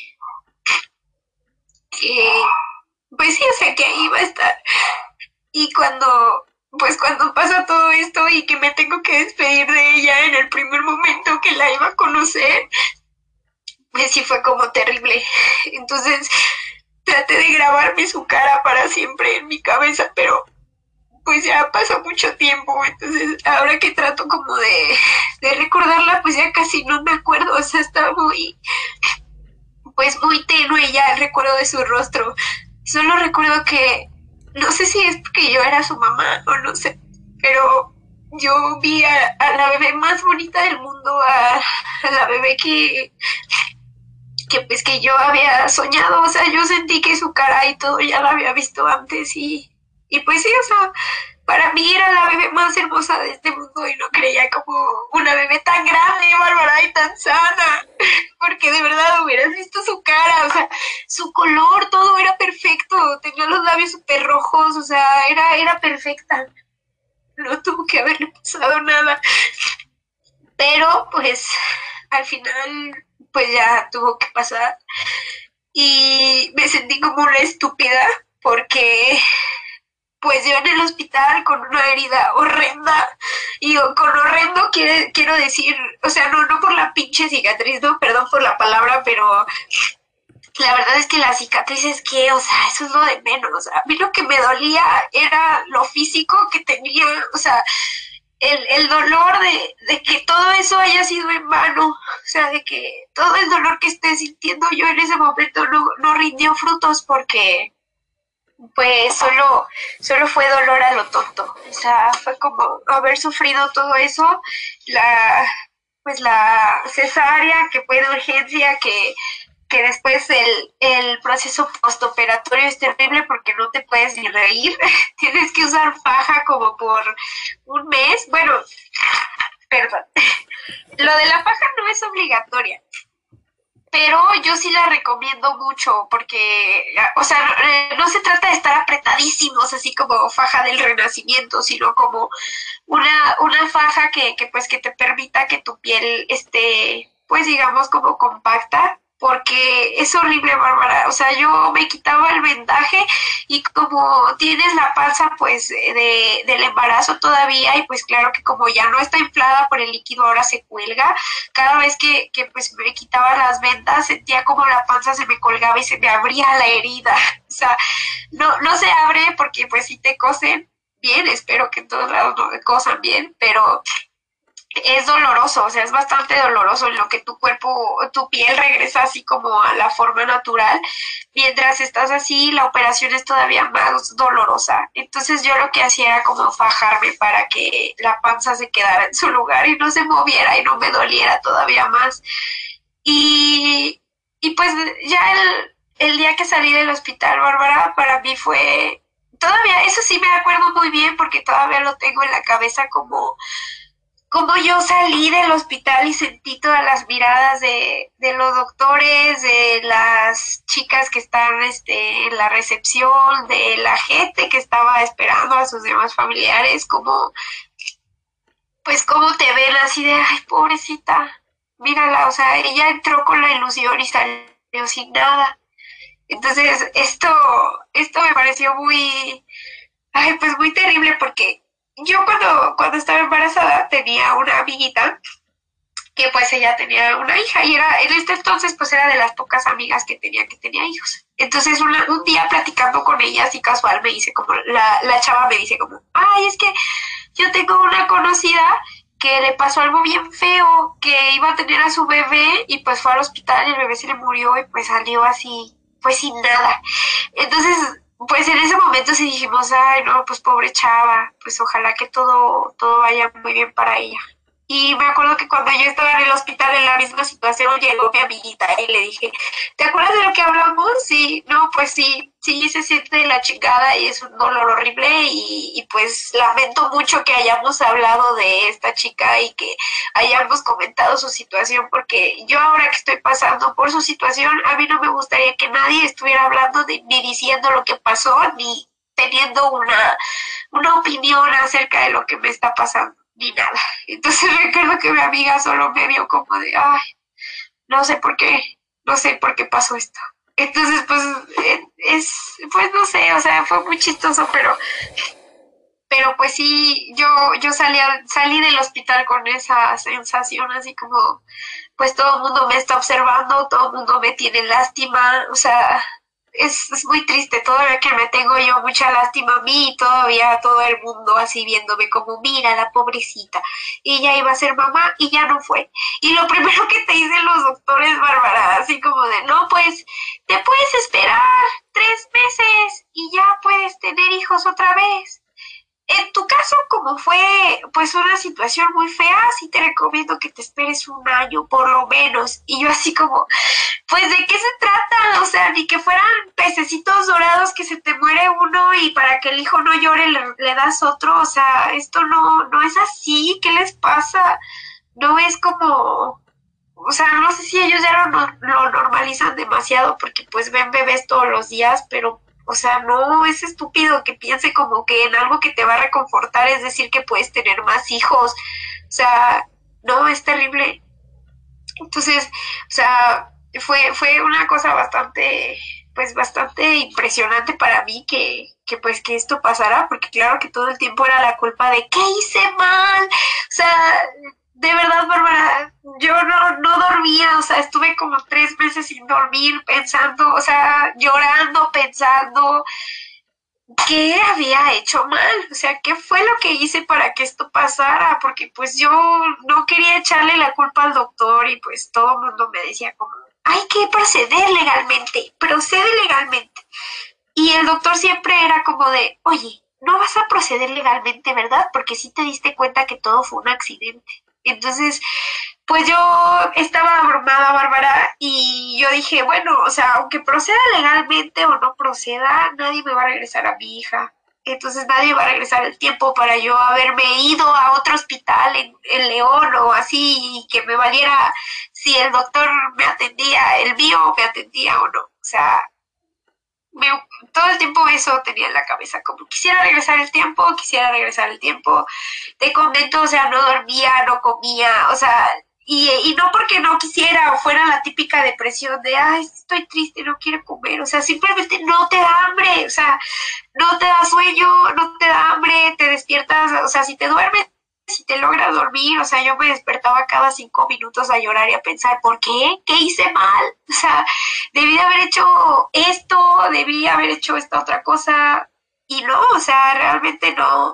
B: que pues sí, o sea, que ahí iba a estar. Y cuando pasa todo esto y que me tengo que despedir de ella en el primer momento que la iba a conocer, pues sí fue como terrible. Entonces traté de grabarme su cara para siempre en mi cabeza, pero pues ya pasó mucho tiempo, entonces ahora que trato como de recordarla, pues ya casi no me acuerdo, o sea, estaba pues muy tenue ya el recuerdo de su rostro. Solo recuerdo que, no sé si es porque yo era su mamá o no sé, pero yo vi a la bebé más bonita del mundo, a la bebé que pues que yo había soñado, o sea, yo sentí que su cara y todo ya la había visto antes y pues sí, o sea, para mí era la bebé más hermosa de este mundo y no creía como una bebé tan grande, Bárbara, y tan sana, porque de verdad hubieras visto su cara, o sea, su color, todo era perfecto, tenía los labios súper rojos, o sea, era perfecta, no tuvo que haberle pasado nada, pero pues al final pues ya tuvo que pasar y me sentí como una estúpida porque pues yo en el hospital con una herida horrenda, y con horrendo quiero decir, o sea, no por la pinche cicatriz, no, perdón por la palabra, pero la verdad es que la cicatriz es que, o sea, eso es lo de menos, o sea, a mí lo que me dolía era lo físico que tenía, o sea, el dolor de que todo eso haya sido en vano, o sea, de que todo el dolor que esté sintiendo yo en ese momento no rindió frutos porque pues solo fue dolor a lo tonto, o sea, fue como haber sufrido todo eso, pues la cesárea que fue de urgencia, que después el proceso postoperatorio es terrible porque no te puedes ni reír, tienes que usar faja como por un mes, bueno, perdón, lo de la faja no es obligatoria, pero yo sí la recomiendo mucho porque, o sea, no se trata de estar apretadísimos, así como faja del Renacimiento, sino como una faja que pues que te permita que tu piel esté, pues digamos, como compacta, porque es horrible, Bárbara, o sea, yo me quitaba el vendaje y como tienes la panza pues del embarazo todavía y pues claro que como ya no está inflada por el líquido ahora se cuelga, cada vez que pues me quitaba las vendas sentía como la panza se me colgaba y se me abría la herida, o sea, no se abre porque pues si te cosen bien, espero que en todos lados no me cosan bien, pero es doloroso, o sea, es bastante doloroso en lo que tu cuerpo, tu piel regresa así como a la forma natural. Mientras estás así, la operación es todavía más dolorosa. Entonces yo lo que hacía era como fajarme para que la panza se quedara en su lugar y no se moviera y no me doliera todavía más. Y, y pues ya el día que salí del hospital, Bárbara, para mí fue, todavía, eso sí me acuerdo muy bien porque todavía lo tengo en la cabeza como yo salí del hospital y sentí todas las miradas de los doctores, de las chicas que están en la recepción, de la gente que estaba esperando a sus demás familiares, como, pues cómo te ven así de, ay, pobrecita, mírala, o sea, ella entró con la ilusión y salió sin nada. Entonces, esto me pareció muy, ay, pues muy terrible porque yo cuando estaba embarazada tenía una amiguita que pues ella tenía una hija y era, en este entonces pues era de las pocas amigas que tenía hijos. Entonces un día platicando con ella así casual me dice como, la chava me dice como, ay, es que yo tengo una conocida que le pasó algo bien feo, que iba a tener a su bebé y pues fue al hospital y el bebé se le murió y pues salió así, pues sin nada. Entonces, pues en ese momento sí dijimos, ay, no, pues pobre chava, pues ojalá que todo vaya muy bien para ella. Y me acuerdo que cuando yo estaba en el hospital en la misma situación, llegó mi amiguita y le dije, ¿te acuerdas de lo que hablamos? Sí, no, pues sí se siente de la chingada y es un dolor horrible y pues lamento mucho que hayamos hablado de esta chica y que hayamos comentado su situación porque yo ahora que estoy pasando por su situación, a mí no me gustaría que nadie estuviera hablando ni diciendo lo que pasó, ni teniendo una opinión acerca de lo que me está pasando, ni nada. Entonces recuerdo que mi amiga solo me vio como de, ay, no sé por qué, no sé por qué pasó esto. Entonces, pues, pues no sé, o sea, fue muy chistoso, pero pues sí, yo salí del hospital con esa sensación así como, pues todo el mundo me está observando, todo el mundo me tiene lástima, o sea, es muy triste, todavía que me tengo yo mucha lástima a mí, todavía todo el mundo así viéndome como, mira, la pobrecita, y ya iba a ser mamá y ya no fue. Y lo primero que te dicen los doctores, Bárbara, así como de, no, pues, te puedes esperar 3 meses y ya puedes tener hijos otra vez. En tu caso, como fue pues una situación muy fea, sí te recomiendo que te esperes un año por lo menos. Y yo así como, pues ¿de qué se trata? O sea, ni que fueran pececitos dorados que se te muere uno y para que el hijo no llore le das otro. O sea, esto no es así. ¿Qué les pasa? No es como, o sea, no sé si ellos ya lo normalizan demasiado porque pues ven bebés todos los días, pero, o sea, no, es estúpido que piense como que en algo que te va a reconfortar es decir que puedes tener más hijos. O sea, no, es terrible. Entonces, o sea, fue una cosa bastante, pues bastante impresionante para mí que pues que esto pasara, porque claro que todo el tiempo era la culpa de ¿qué hice mal? O sea, de verdad, Bárbara, yo no dormía, o sea, estuve como 3 meses sin dormir pensando, o sea, llorando, pensando, ¿qué había hecho mal? O sea, ¿qué fue lo que hice para que esto pasara? Porque pues yo no quería echarle la culpa al doctor y pues todo el mundo me decía como, hay que proceder legalmente, procede legalmente. Y el doctor siempre era como de, oye, no vas a proceder legalmente, ¿verdad? Porque sí te diste cuenta que todo fue un accidente. Entonces, pues yo estaba abrumada, Bárbara, y yo dije, bueno, o sea, aunque proceda legalmente o no proceda, nadie me va a regresar a mi hija. Entonces nadie va a regresar el tiempo para yo haberme ido a otro hospital en León o así, y que me valiera si el doctor me atendía, el mío me atendía o no. O sea, me, todo el tiempo eso tenía en la cabeza, como quisiera regresar el tiempo, te comento, o sea, no dormía, no comía, o sea, y no porque no quisiera o fuera la típica depresión de, ay, estoy triste, no quiero comer, o sea, simplemente no te da hambre, o sea, no te da sueño, no te da hambre, te despiertas, o sea, si te duermes, si te logras dormir, o sea, yo me despertaba cada 5 minutos a llorar y a pensar, ¿por qué? ¿Qué hice mal? O sea, debí de haber hecho esto, debí haber hecho esta otra cosa, y no, o sea, realmente no,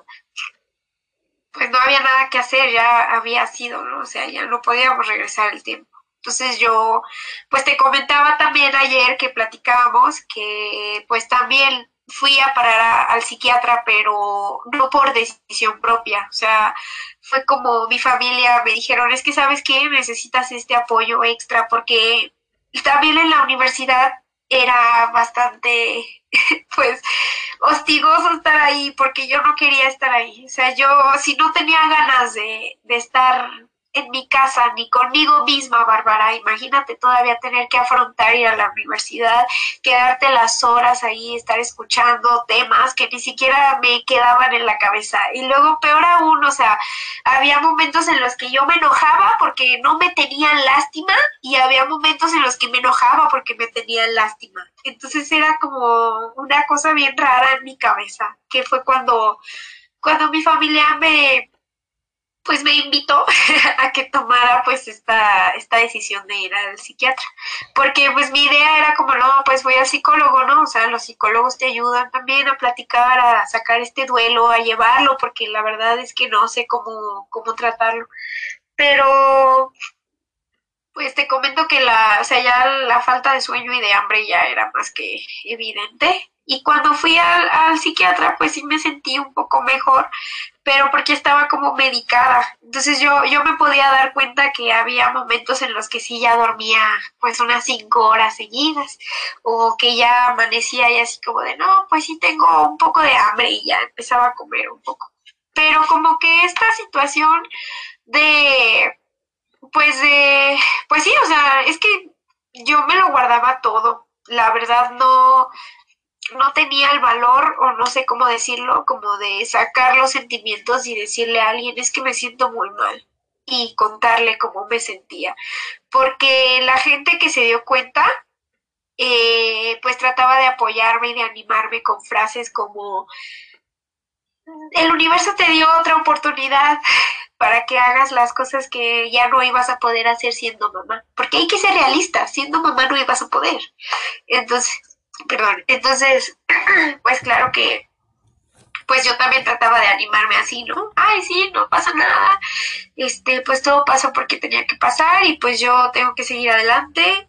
B: pues no había nada que hacer, ya había sido, ¿no? O sea, ya no podíamos regresar el tiempo. Entonces yo, pues te comentaba también ayer que platicábamos que pues también fui a parar al psiquiatra, pero no por decisión propia, o sea, fue como mi familia me dijeron, es que sabes qué, necesitas este apoyo extra, porque también en la universidad era bastante, pues, hostigoso estar ahí, porque yo no quería estar ahí, o sea, yo si no tenía ganas de estar en mi casa ni conmigo misma, Bárbara, imagínate todavía tener que afrontar ir a la universidad, quedarte las horas ahí, estar escuchando temas que ni siquiera me quedaban en la cabeza. Y luego, peor aún, o sea, había momentos en los que yo me enojaba porque no me tenían lástima y había momentos en los que me enojaba porque me tenían lástima. Entonces era como una cosa bien rara en mi cabeza, que fue cuando mi familia pues me invitó a que tomara pues esta decisión de ir al psiquiatra, porque pues mi idea era como, no, pues voy al psicólogo, ¿no? O sea, los psicólogos te ayudan también a platicar, a sacar este duelo, a llevarlo, porque la verdad es que no sé cómo tratarlo. Pero pues te comento que o sea, ya la falta de sueño y de hambre ya era más que evidente. Y cuando fui al psiquiatra, pues sí me sentí un poco mejor, pero porque estaba como medicada. Entonces yo me podía dar cuenta que había momentos en los que sí ya dormía pues unas 5 horas seguidas, o que ya amanecía y así como de, no, pues sí tengo un poco de hambre y ya empezaba a comer un poco. Pero como que esta situación de pues pues sí, o sea, es que yo me lo guardaba todo. La verdad no tenía el valor, o no sé cómo decirlo, como de sacar los sentimientos y decirle a alguien, es que me siento muy mal, y contarle cómo me sentía. Porque la gente que se dio cuenta, pues trataba de apoyarme y de animarme con frases como, el universo te dio otra oportunidad para que hagas las cosas que ya no ibas a poder hacer siendo mamá. Porque hay que ser realistas, siendo mamá no ibas a poder. Entonces, perdón, entonces, pues claro que pues yo también trataba de animarme así, ¿no? Ay, sí, no pasa nada, pues todo pasó porque tenía que pasar y pues yo tengo que seguir adelante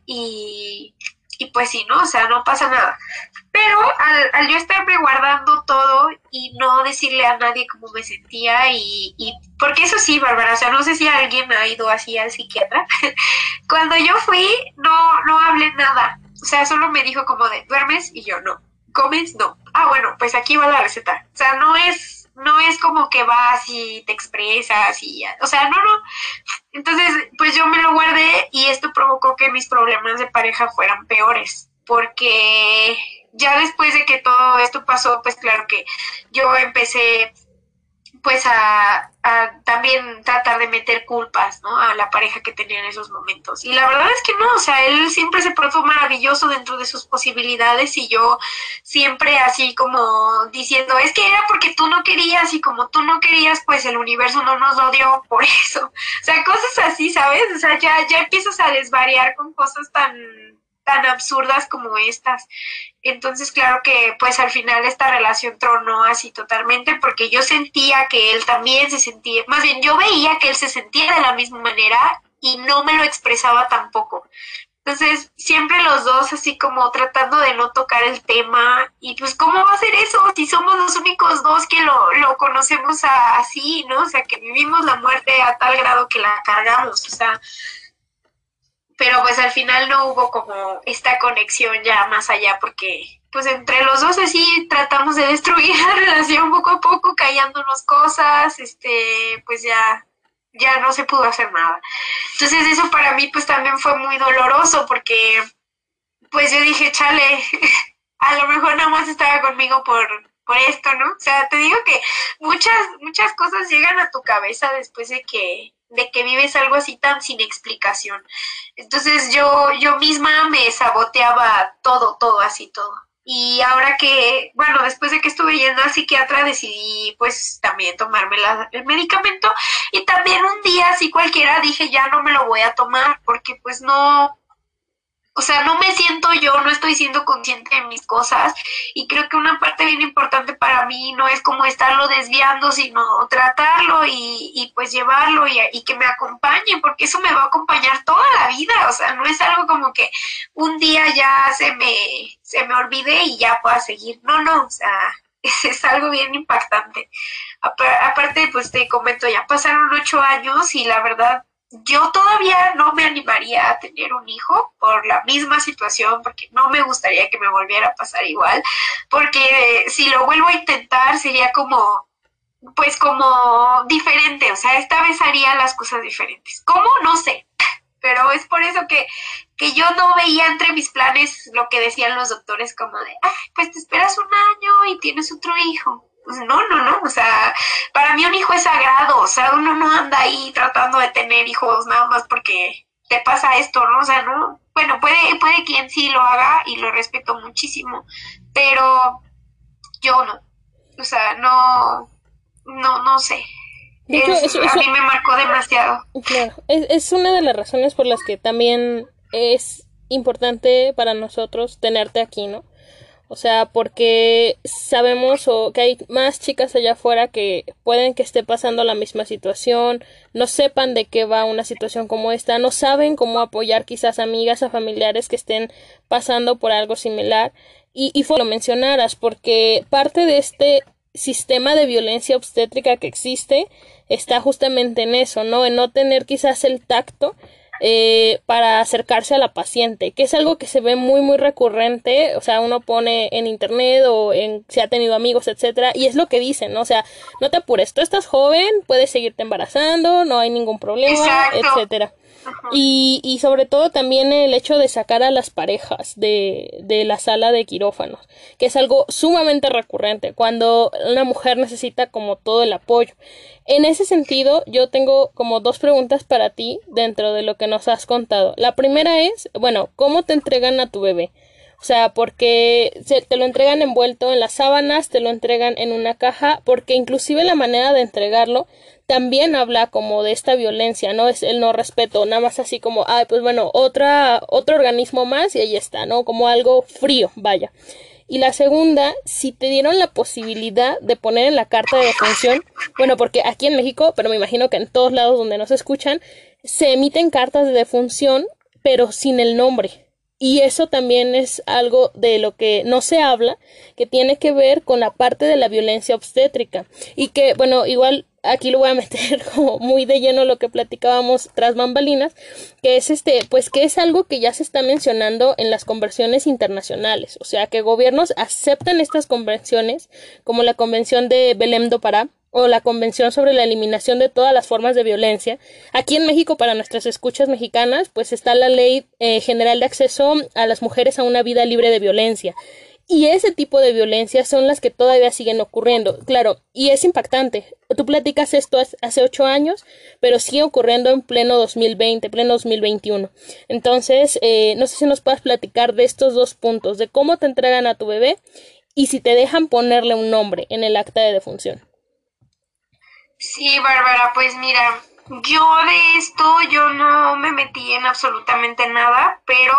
B: y pues sí, ¿no? O sea, no pasa nada. Pero al yo estarme guardando todo y no decirle a nadie cómo me sentía y porque eso sí, Bárbara, o sea, no sé si alguien ha ido así al psiquiatra. Cuando yo fui, no hablé nada. O sea, solo me dijo como de, ¿duermes? Y yo, no. ¿Comes? No. Ah, bueno, pues aquí va la receta. O sea, no es como que vas y te expresas y ya. O sea, no. Entonces, pues yo me lo guardé y esto provocó que mis problemas de pareja fueran peores. Porque ya después de que todo esto pasó, pues claro que yo empecé pues a también tratar de meter culpas, ¿no? A la pareja que tenía en esos momentos. Y la verdad es que no, o sea, él siempre se portó maravilloso dentro de sus posibilidades y yo siempre así como diciendo, es que era porque tú no querías y como tú no querías, pues el universo no nos lo dio por eso. O sea, cosas así, ¿sabes? O sea, ya empiezas a desvariar con cosas tan absurdas como estas. Entonces, claro que pues al final esta relación tronó así totalmente porque yo sentía que él también se sentía, más bien yo veía que él se sentía de la misma manera y no me lo expresaba tampoco. Entonces, siempre los dos así como tratando de no tocar el tema y pues ¿cómo va a ser eso si somos los únicos dos que lo conocemos así, ¿no? O sea, que vivimos la muerte a tal grado que la cargamos, o sea, pero pues al final no hubo como esta conexión ya más allá porque pues entre los dos así tratamos de destruir la relación poco a poco, callándonos cosas, pues ya no se pudo hacer nada. Entonces eso para mí pues también fue muy doloroso porque pues yo dije, chale, a lo mejor nada más estaba conmigo por esto, ¿no? O sea, te digo que muchas cosas llegan a tu cabeza después de que vives algo así tan sin explicación. Entonces yo misma me saboteaba todo, así todo. Y ahora que, bueno, después de que estuve yendo al psiquiatra, decidí pues también tomarme el medicamento y también un día así cualquiera dije ya no me lo voy a tomar porque pues no, o sea, no me siento yo, no estoy siendo consciente de mis cosas y creo que una parte bien importante para mí no es como estarlo desviando, sino tratarlo y pues llevarlo y que me acompañe, porque eso me va a acompañar toda la vida, o sea, no es algo como que un día ya se me olvide y ya pueda seguir. No, o sea, es algo bien impactante. Aparte, pues te comento, ya pasaron 8 años y la verdad, yo todavía no me animaría a tener un hijo por la misma situación, porque no me gustaría que me volviera a pasar igual, porque si lo vuelvo a intentar sería como, pues como diferente, o sea, esta vez haría las cosas diferentes. ¿Cómo? No sé, pero es por eso que yo no veía entre mis planes lo que decían los doctores como de, pues te esperas un año y tienes otro hijo. Pues no, o sea, para mí un hijo es sagrado, o sea, uno no anda ahí tratando de tener hijos nada más porque te pasa esto, ¿no? O sea, no, bueno, puede quien sí lo haga y lo respeto muchísimo, pero yo no, o sea, no sé.
A: De hecho,
B: A mí me marcó demasiado.
A: Claro, es una de las razones por las que también es importante para nosotros tenerte aquí, ¿no? O sea, porque sabemos que hay más chicas allá afuera que pueden que esté pasando la misma situación, no sepan de qué va una situación como esta, no saben cómo apoyar quizás amigas o familiares que estén pasando por algo similar. Y fue lo mencionaras, porque parte de este sistema de violencia obstétrica que existe está justamente en eso, ¿no? En no tener quizás el tacto para acercarse a la paciente, que es algo que se ve muy recurrente, o sea, uno pone en internet o en si ha tenido amigos, etcétera, y es lo que dicen, ¿no? O sea, no te apures, tú estás joven, puedes seguirte embarazando, no hay ningún problema,
B: Exacto.
A: etcétera. Y sobre todo también el hecho de sacar a las parejas de la sala de quirófanos, que es algo sumamente recurrente cuando una mujer necesita como todo el apoyo. En ese sentido, yo tengo como dos preguntas para ti dentro de lo que nos has contado. La primera es, bueno, ¿cómo te entregan a tu bebé? O sea, porque te lo entregan envuelto en las sábanas, te lo entregan en una caja, porque inclusive la manera de entregarlo también habla como de esta violencia, ¿no? Es el no respeto, nada más así como, pues bueno, otro organismo más y ahí está, ¿no? Como algo frío, vaya. Y la segunda, si te dieron la posibilidad de poner en la carta de defunción, bueno, porque aquí en México, pero me imagino que en todos lados donde nos escuchan, se emiten cartas de defunción, pero sin el nombre. Y eso también es algo de lo que no se habla, que tiene que ver con la parte de la violencia obstétrica. Y que, bueno, igual aquí lo voy a meter como muy de lleno lo que platicábamos tras bambalinas, que es pues que es algo que ya se está mencionando en las convenciones internacionales. O sea, que gobiernos aceptan estas convenciones, como la Convención de Belém do Pará, o la Convención sobre la Eliminación de todas las formas de violencia. Aquí en México, para nuestras escuchas mexicanas, pues está la Ley General de Acceso a las Mujeres a una Vida Libre de Violencia. Y ese tipo de violencias son las que todavía siguen ocurriendo. Claro, y es impactante. Tú platicas esto hace 8 años, pero sigue ocurriendo en pleno 2020, pleno 2021. Entonces, no sé si nos puedas platicar de estos dos puntos, de cómo te entregan a tu bebé y si te dejan ponerle un nombre en el acta de defunción.
B: Sí, Bárbara, pues mira, yo no me metí en absolutamente nada, pero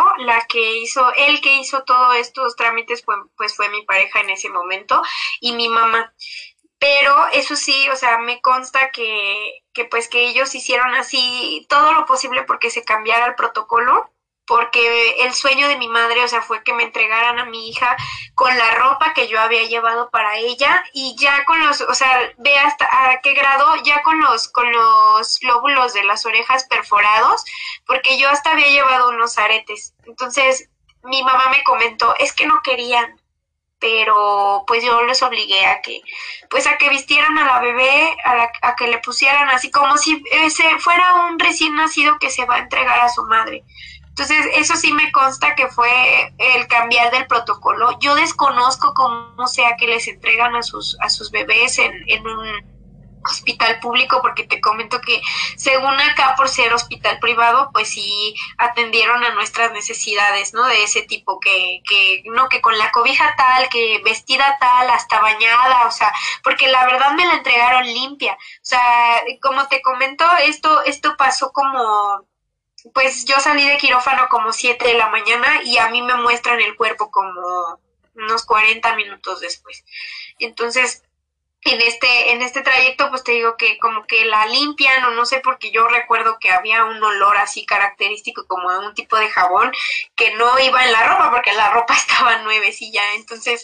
B: el que hizo todos estos trámites fue mi pareja en ese momento y mi mamá. Pero eso sí, o sea, me consta que pues que ellos hicieron así todo lo posible porque se cambiara el protocolo, porque el sueño de mi madre, o sea, fue que me entregaran a mi hija con la ropa que yo había llevado para ella y ya con o sea, ve hasta a qué grado, ya con los lóbulos de las orejas perforados, porque yo hasta había llevado unos aretes. Entonces, mi mamá me comentó, es que no querían, pero pues yo les obligué a que vistieran a la bebé, a que le pusieran así como si fuera un recién nacido que se va a entregar a su madre. Entonces, eso sí me consta que fue el cambiar del protocolo. Yo desconozco cómo sea que les entregan a sus bebés en un hospital público, porque te comento que según acá, por ser hospital privado, pues sí atendieron a nuestras necesidades, ¿no? De ese tipo, que con la cobija tal, que vestida tal, hasta bañada, o sea, porque la verdad me la entregaron limpia. O sea, como te comento, esto pasó como, pues yo salí de quirófano como 7 de la mañana y a mí me muestran el cuerpo como unos 40 minutos después. Entonces, en este trayecto, pues te digo que como que la limpian o no sé, porque yo recuerdo que había un olor así característico como de un tipo de jabón que no iba en la ropa porque la ropa estaba nuevecilla. Entonces,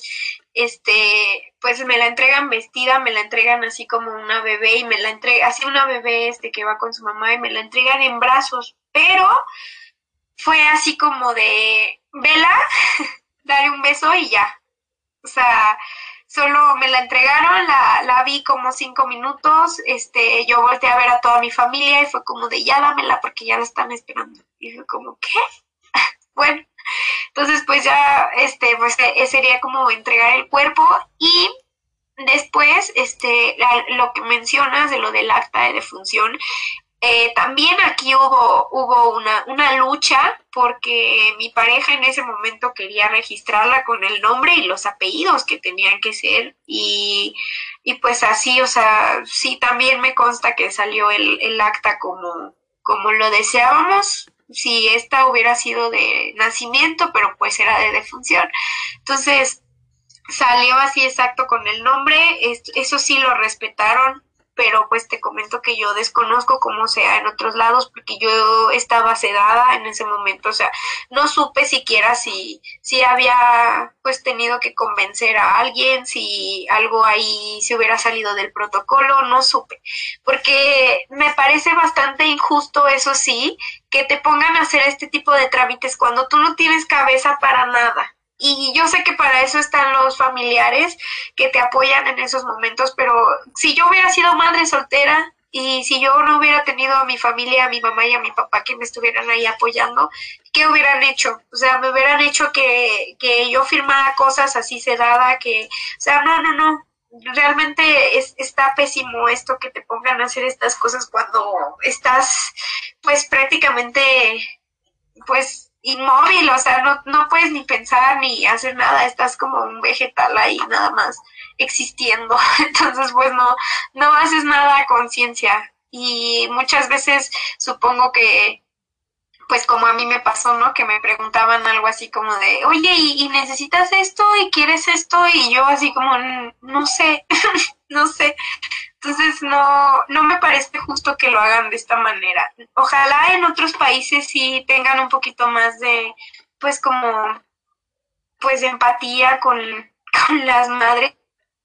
B: pues me la entregan vestida, me la entregan así como una bebé y me la entregan así una bebé que va con su mamá y me la entregan en brazos, pero fue así como de vela, dale un beso y ya. O sea, solo me la entregaron, la vi como 5 minutos, yo volteé a ver a toda mi familia y fue como de ya dámela porque ya la están esperando. Y fue como, ¿qué? Bueno, entonces pues ya, pues sería como entregar el cuerpo y después, lo que mencionas de lo del acta de defunción, también aquí hubo una lucha porque mi pareja en ese momento quería registrarla con el nombre y los apellidos que tenían que ser y pues así, o sea, sí también me consta que salió el acta como lo deseábamos, si esta hubiera sido de nacimiento, pero pues era de defunción. Entonces, salió así exacto con el nombre, eso sí lo respetaron, pero pues te comento que yo desconozco cómo sea en otros lados porque yo estaba sedada en ese momento, o sea, no supe siquiera si había pues tenido que convencer a alguien, si algo ahí se hubiera salido del protocolo, no supe, porque me parece bastante injusto, eso sí, que te pongan a hacer este tipo de trámites cuando tú no tienes cabeza para nada. Y yo sé que para eso están los familiares que te apoyan en esos momentos, pero si yo hubiera sido madre soltera y si yo no hubiera tenido a mi familia, a mi mamá y a mi papá que me estuvieran ahí apoyando, ¿qué hubieran hecho? O sea, me hubieran hecho que yo firmara cosas así sedada, o sea, no. Realmente está pésimo esto que te pongan a hacer estas cosas cuando estás pues prácticamente pues inmóvil, o sea, no puedes ni pensar ni hacer nada, estás como un vegetal ahí nada más existiendo, entonces pues no haces nada a conciencia y muchas veces supongo que pues como a mí me pasó, ¿no? Que me preguntaban algo así como de, oye, ¿y necesitas esto? ¿Y quieres esto? Y yo así como, no sé, no sé. Entonces no me parece justo que lo hagan de esta manera. Ojalá en otros países sí tengan un poquito más de, pues como, pues de empatía con las madres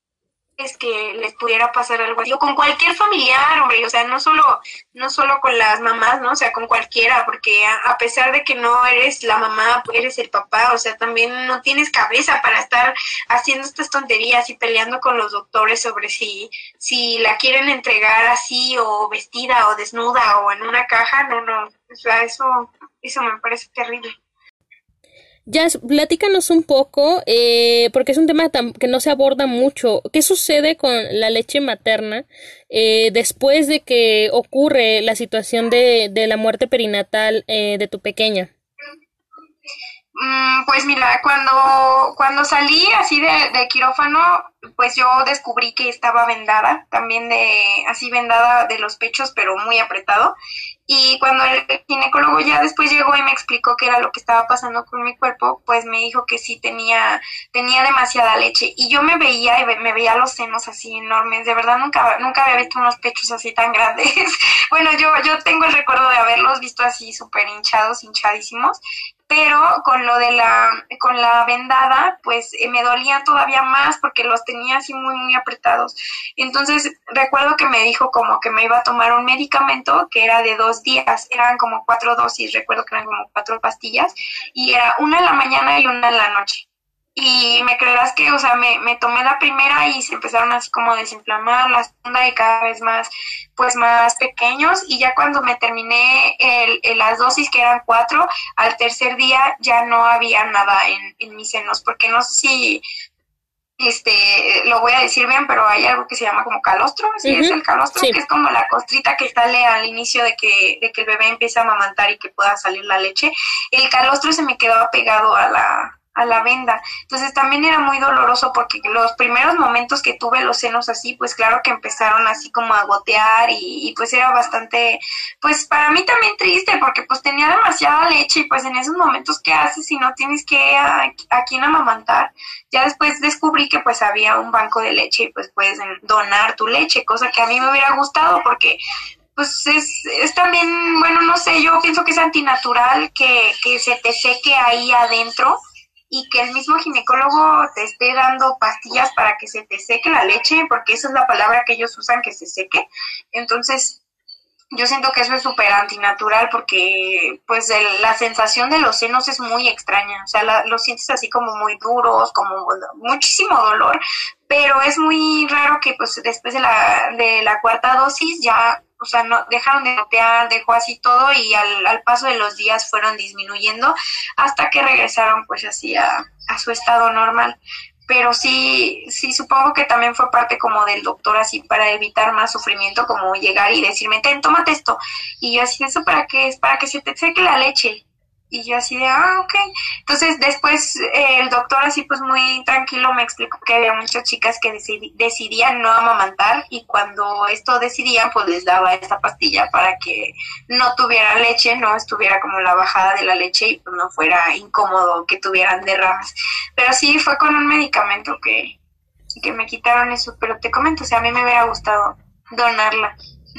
B: que les pudiera pasar algo así, o con cualquier familiar, hombre, o sea, no solo con las mamás, ¿no? O sea, con cualquiera, porque a pesar de que no eres la mamá, eres el papá, o sea, también no tienes cabeza para estar haciendo estas tonterías y peleando con los doctores sobre si la quieren entregar así, o vestida, o desnuda, o en una caja, no, o sea, eso me parece terrible.
A: Jazz, platícanos un poco, porque es un tema que no se aborda mucho. ¿Qué sucede con la leche materna después de que ocurre la situación de la muerte perinatal de tu pequeña?
B: Pues mira, cuando salí así de quirófano, pues yo descubrí que estaba vendada, también así vendada de los pechos, pero muy apretado. Y cuando el ginecólogo ya después llegó y me explicó qué era lo que estaba pasando con mi cuerpo, pues me dijo que sí tenía demasiada leche. Y yo me veía y me veía los senos así enormes. De verdad nunca había visto unos pechos así tan grandes. Bueno, yo tengo el recuerdo de haberlos visto así súper hinchados, hinchadísimos. Pero con la vendada, pues me dolían todavía más porque los tenía así muy, muy apretados. Entonces recuerdo que me dijo como que me iba a tomar un medicamento que era de 2 días, eran como 4 dosis, recuerdo que eran como 4 pastillas, y era una en la mañana y una en la noche. Y me creerás que, o sea, me tomé la primera y se empezaron así como a desinflamar, la segunda y cada vez más, pues más pequeños. Y ya cuando me terminé las dosis, que eran 4, al tercer día ya no había nada en mis senos, porque no sé si, lo voy a decir bien, pero hay algo que se llama como calostro, ¿sí? Es el calostro,
A: Sí.
B: que es como la costrita que sale al inicio de que el bebé empieza a amamantar y que pueda salir la leche. El calostro se me quedaba pegado a la venda. Entonces también era muy doloroso porque los primeros momentos que tuve los senos así, pues claro que empezaron así como a gotear y pues era bastante, pues para mí también triste porque pues tenía demasiada leche y pues en esos momentos ¿qué haces si no tienes que a quién amamantar? Ya después descubrí que pues había un banco de leche y pues puedes donar tu leche, cosa que a mí me hubiera gustado porque pues es también, bueno, no sé, yo pienso que es antinatural que se te seque ahí adentro y que el mismo ginecólogo te esté dando pastillas para que se te seque la leche, porque esa es la palabra que ellos usan, que se seque. Entonces, yo siento que eso es súper antinatural porque pues la sensación de los senos es muy extraña, o sea, lo sientes así como muy duros, como muchísimo dolor, pero es muy raro que pues después de la cuarta dosis ya, o sea, no dejaron de gotear, dejó así todo y al paso de los días fueron disminuyendo hasta que regresaron pues así a su estado normal. Pero sí, supongo que también fue parte como del doctor así para evitar más sufrimiento, como llegar y decirme, tómate esto. Y yo así, ¿eso para qué es? Para que se te seque la leche. Y yo así de, ok. Entonces después el doctor así pues muy tranquilo me explicó que había muchas chicas que decidían no amamantar y cuando esto decidían pues les daba esta pastilla para que no tuvieran leche, no estuviera como la bajada de la leche y pues no fuera incómodo que tuvieran derrames. Pero sí fue con un medicamento que me quitaron eso, pero te comento, o sea, a mí me hubiera gustado donarla.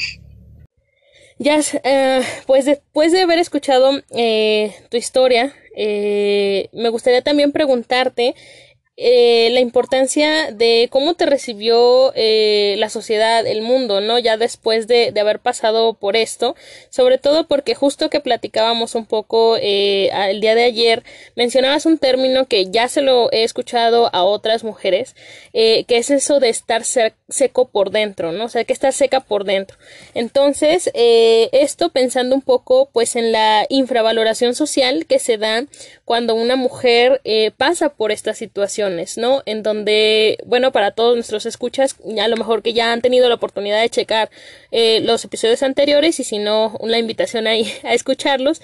A: Jazz, pues después de haber escuchado tu historia, me gustaría también preguntarte la importancia de cómo te recibió la sociedad, el mundo, ¿no? Ya después de haber pasado por esto, sobre todo porque justo que platicábamos un poco el día de ayer, mencionabas un término que ya se lo he escuchado a otras mujeres, que es eso de estar seco por dentro, ¿no? O sea, que estar seca por dentro. Entonces, esto pensando un poco, pues, en la infravaloración social que se da cuando una mujer pasa por estas situaciones, ¿no? En donde, bueno, para todos nuestros escuchas, a lo mejor que ya han tenido la oportunidad de checar los episodios anteriores y si no, una invitación ahí a escucharlos,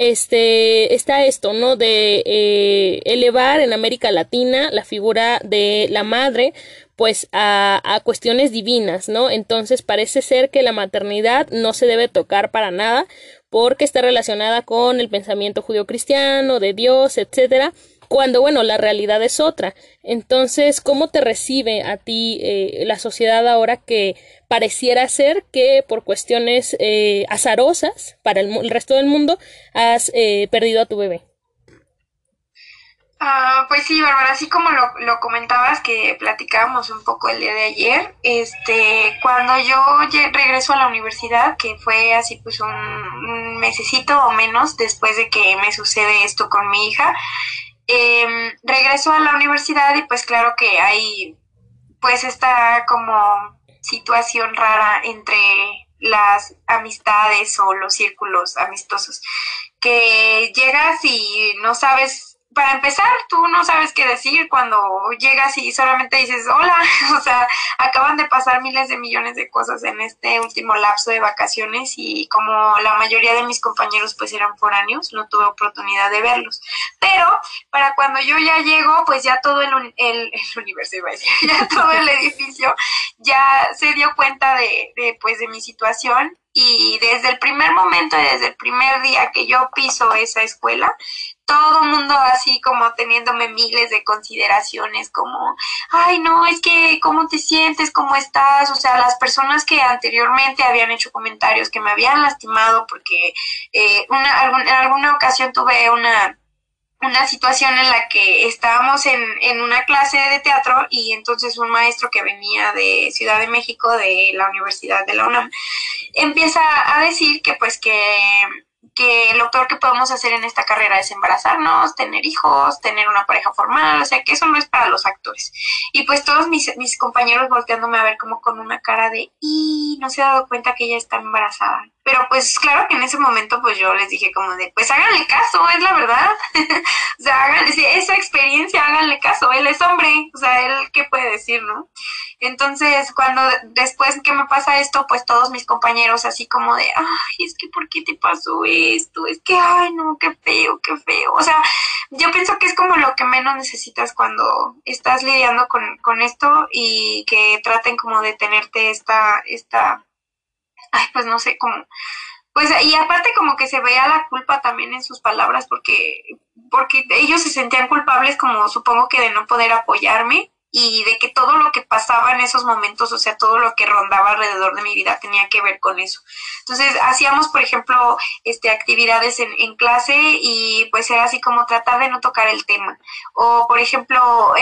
A: está esto, ¿no? De elevar en América Latina la figura de la madre, pues a cuestiones divinas, ¿no? Entonces parece ser que la maternidad no se debe tocar para nada porque está relacionada con el pensamiento judio-cristiano, de Dios, etcétera, cuando, bueno, la realidad es otra. Entonces, ¿cómo te recibe a ti la sociedad ahora que pareciera ser que por cuestiones azarosas para el resto del mundo has perdido a tu bebé?
B: Pues sí, Bárbara, así como lo comentabas que platicábamos un poco el día de ayer, cuando yo regreso a la universidad, que fue así pues un mesecito o menos después de que me sucede esto con mi hija, regreso a la universidad y pues claro que hay pues esta como situación rara entre las amistades o los círculos amistosos, que llegas y no sabes. Para empezar, tú no sabes qué decir cuando llegas y solamente dices hola, o sea, acaban de pasar miles de millones de cosas en este último lapso de vacaciones y como la mayoría de mis compañeros pues eran foráneos, no tuve oportunidad de verlos, pero para cuando yo ya llego, pues ya todo el universo, iba a decir, ya todo el edificio ya se dio cuenta pues de mi situación. Y desde el primer momento, desde el primer día que yo piso esa escuela, todo el mundo así como teniéndome miles de consideraciones como, ay no, es que ¿cómo te sientes? ¿Cómo estás? O sea, las personas que anteriormente habían hecho comentarios que me habían lastimado porque en alguna ocasión tuve una situación en la que estábamos en una clase de teatro y entonces un maestro que venía de Ciudad de México, de la Universidad de la UNAM, empieza a decir que pues que lo peor que podemos hacer en esta carrera es embarazarnos, tener hijos, tener una pareja formal, o sea que eso no es para los actores. Y pues todos mis compañeros volteándome a ver como con una cara de y no se ha dado cuenta que ella está embarazada. Pero pues claro que en ese momento pues yo les dije como de pues háganle caso, es la verdad. O sea, si es su experiencia, háganle caso, él es hombre, o sea, él qué puede decir, ¿no? Entonces, cuando después que me pasa esto, pues todos mis compañeros así como de, ay, es que ¿por qué te pasó esto? Es que, ay, no, qué feo, qué feo. O sea, yo pienso que es como lo que menos necesitas cuando estás lidiando con esto y que traten como de tenerte ay, pues no sé, como, pues, y aparte como que se veía la culpa también en sus palabras porque ellos se sentían culpables como supongo que de no poder apoyarme y de que todo lo que pasaba en esos momentos, o sea, todo lo que rondaba alrededor de mi vida tenía que ver con eso. Entonces, hacíamos, por ejemplo, actividades en clase y pues era así como tratar de no tocar el tema. O, por ejemplo,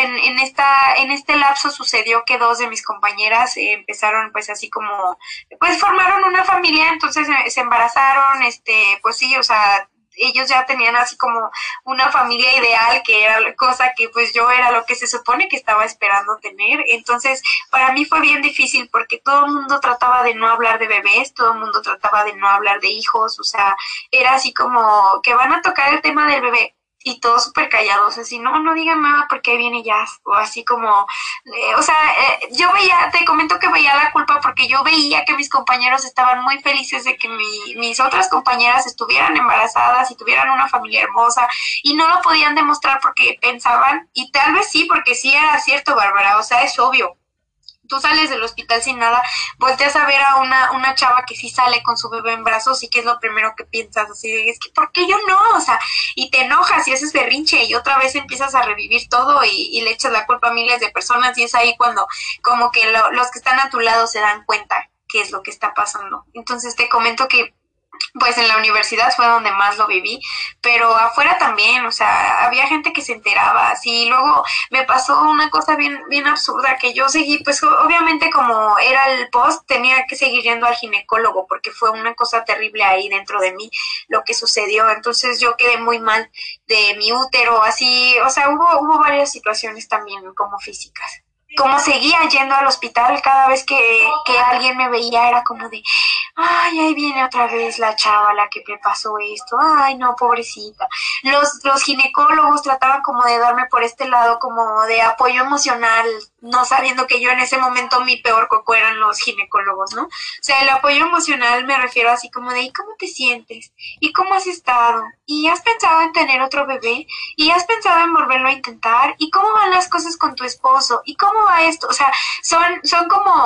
B: en este lapso sucedió que dos de mis compañeras empezaron pues así como, pues formaron una familia, entonces se embarazaron, pues sí, o sea, ellos ya tenían así como una familia ideal, que era cosa que pues yo era lo que se supone que estaba esperando tener. Entonces, para mí fue bien difícil porque todo el mundo trataba de no hablar de bebés, todo el mundo trataba de no hablar de hijos, o sea, era así como que van a tocar el tema del bebé y todos súper callados, así, no digan nada porque ahí viene Jazz, o así como, o sea, yo veía, te comento que veía la culpa porque yo veía que mis compañeros estaban muy felices de que mis otras compañeras estuvieran embarazadas y tuvieran una familia hermosa y no lo podían demostrar porque pensaban, y tal vez sí, porque sí era cierto, Bárbara, o sea, es obvio. Tú sales del hospital sin nada, volteas a ver a una chava que sí sale con su bebé en brazos y que es lo primero que piensas, así de, es que ¿por qué yo no? O sea, y te enojas y haces berrinche y otra vez empiezas a revivir todo y le echas la culpa a miles de personas y es ahí cuando como que los que están a tu lado se dan cuenta qué es lo que está pasando. Entonces te comento que pues en la universidad fue donde más lo viví, pero afuera también, o sea, había gente que se enteraba, así, luego me pasó una cosa bien absurda, que yo seguí, pues obviamente como era el post, tenía que seguir yendo al ginecólogo, porque fue una cosa terrible ahí dentro de mí, lo que sucedió, entonces yo quedé muy mal de mi útero, así, o sea, hubo varias situaciones también como físicas. Como seguía yendo al hospital, cada vez que alguien me veía era como de, ay, ahí viene otra vez la chava la que me pasó esto, ay, no, pobrecita. Los ginecólogos trataban como de darme por este lado como de apoyo emocional, no sabiendo que yo en ese momento mi peor coco eran los ginecólogos, ¿no? O sea, el apoyo emocional me refiero así como de, ¿y cómo te sientes? ¿Y cómo has estado? ¿Y has pensado en tener otro bebé? ¿Y has pensado en volverlo a intentar? ¿Y cómo van las cosas con tu esposo? ¿Y cómo va esto? O sea, son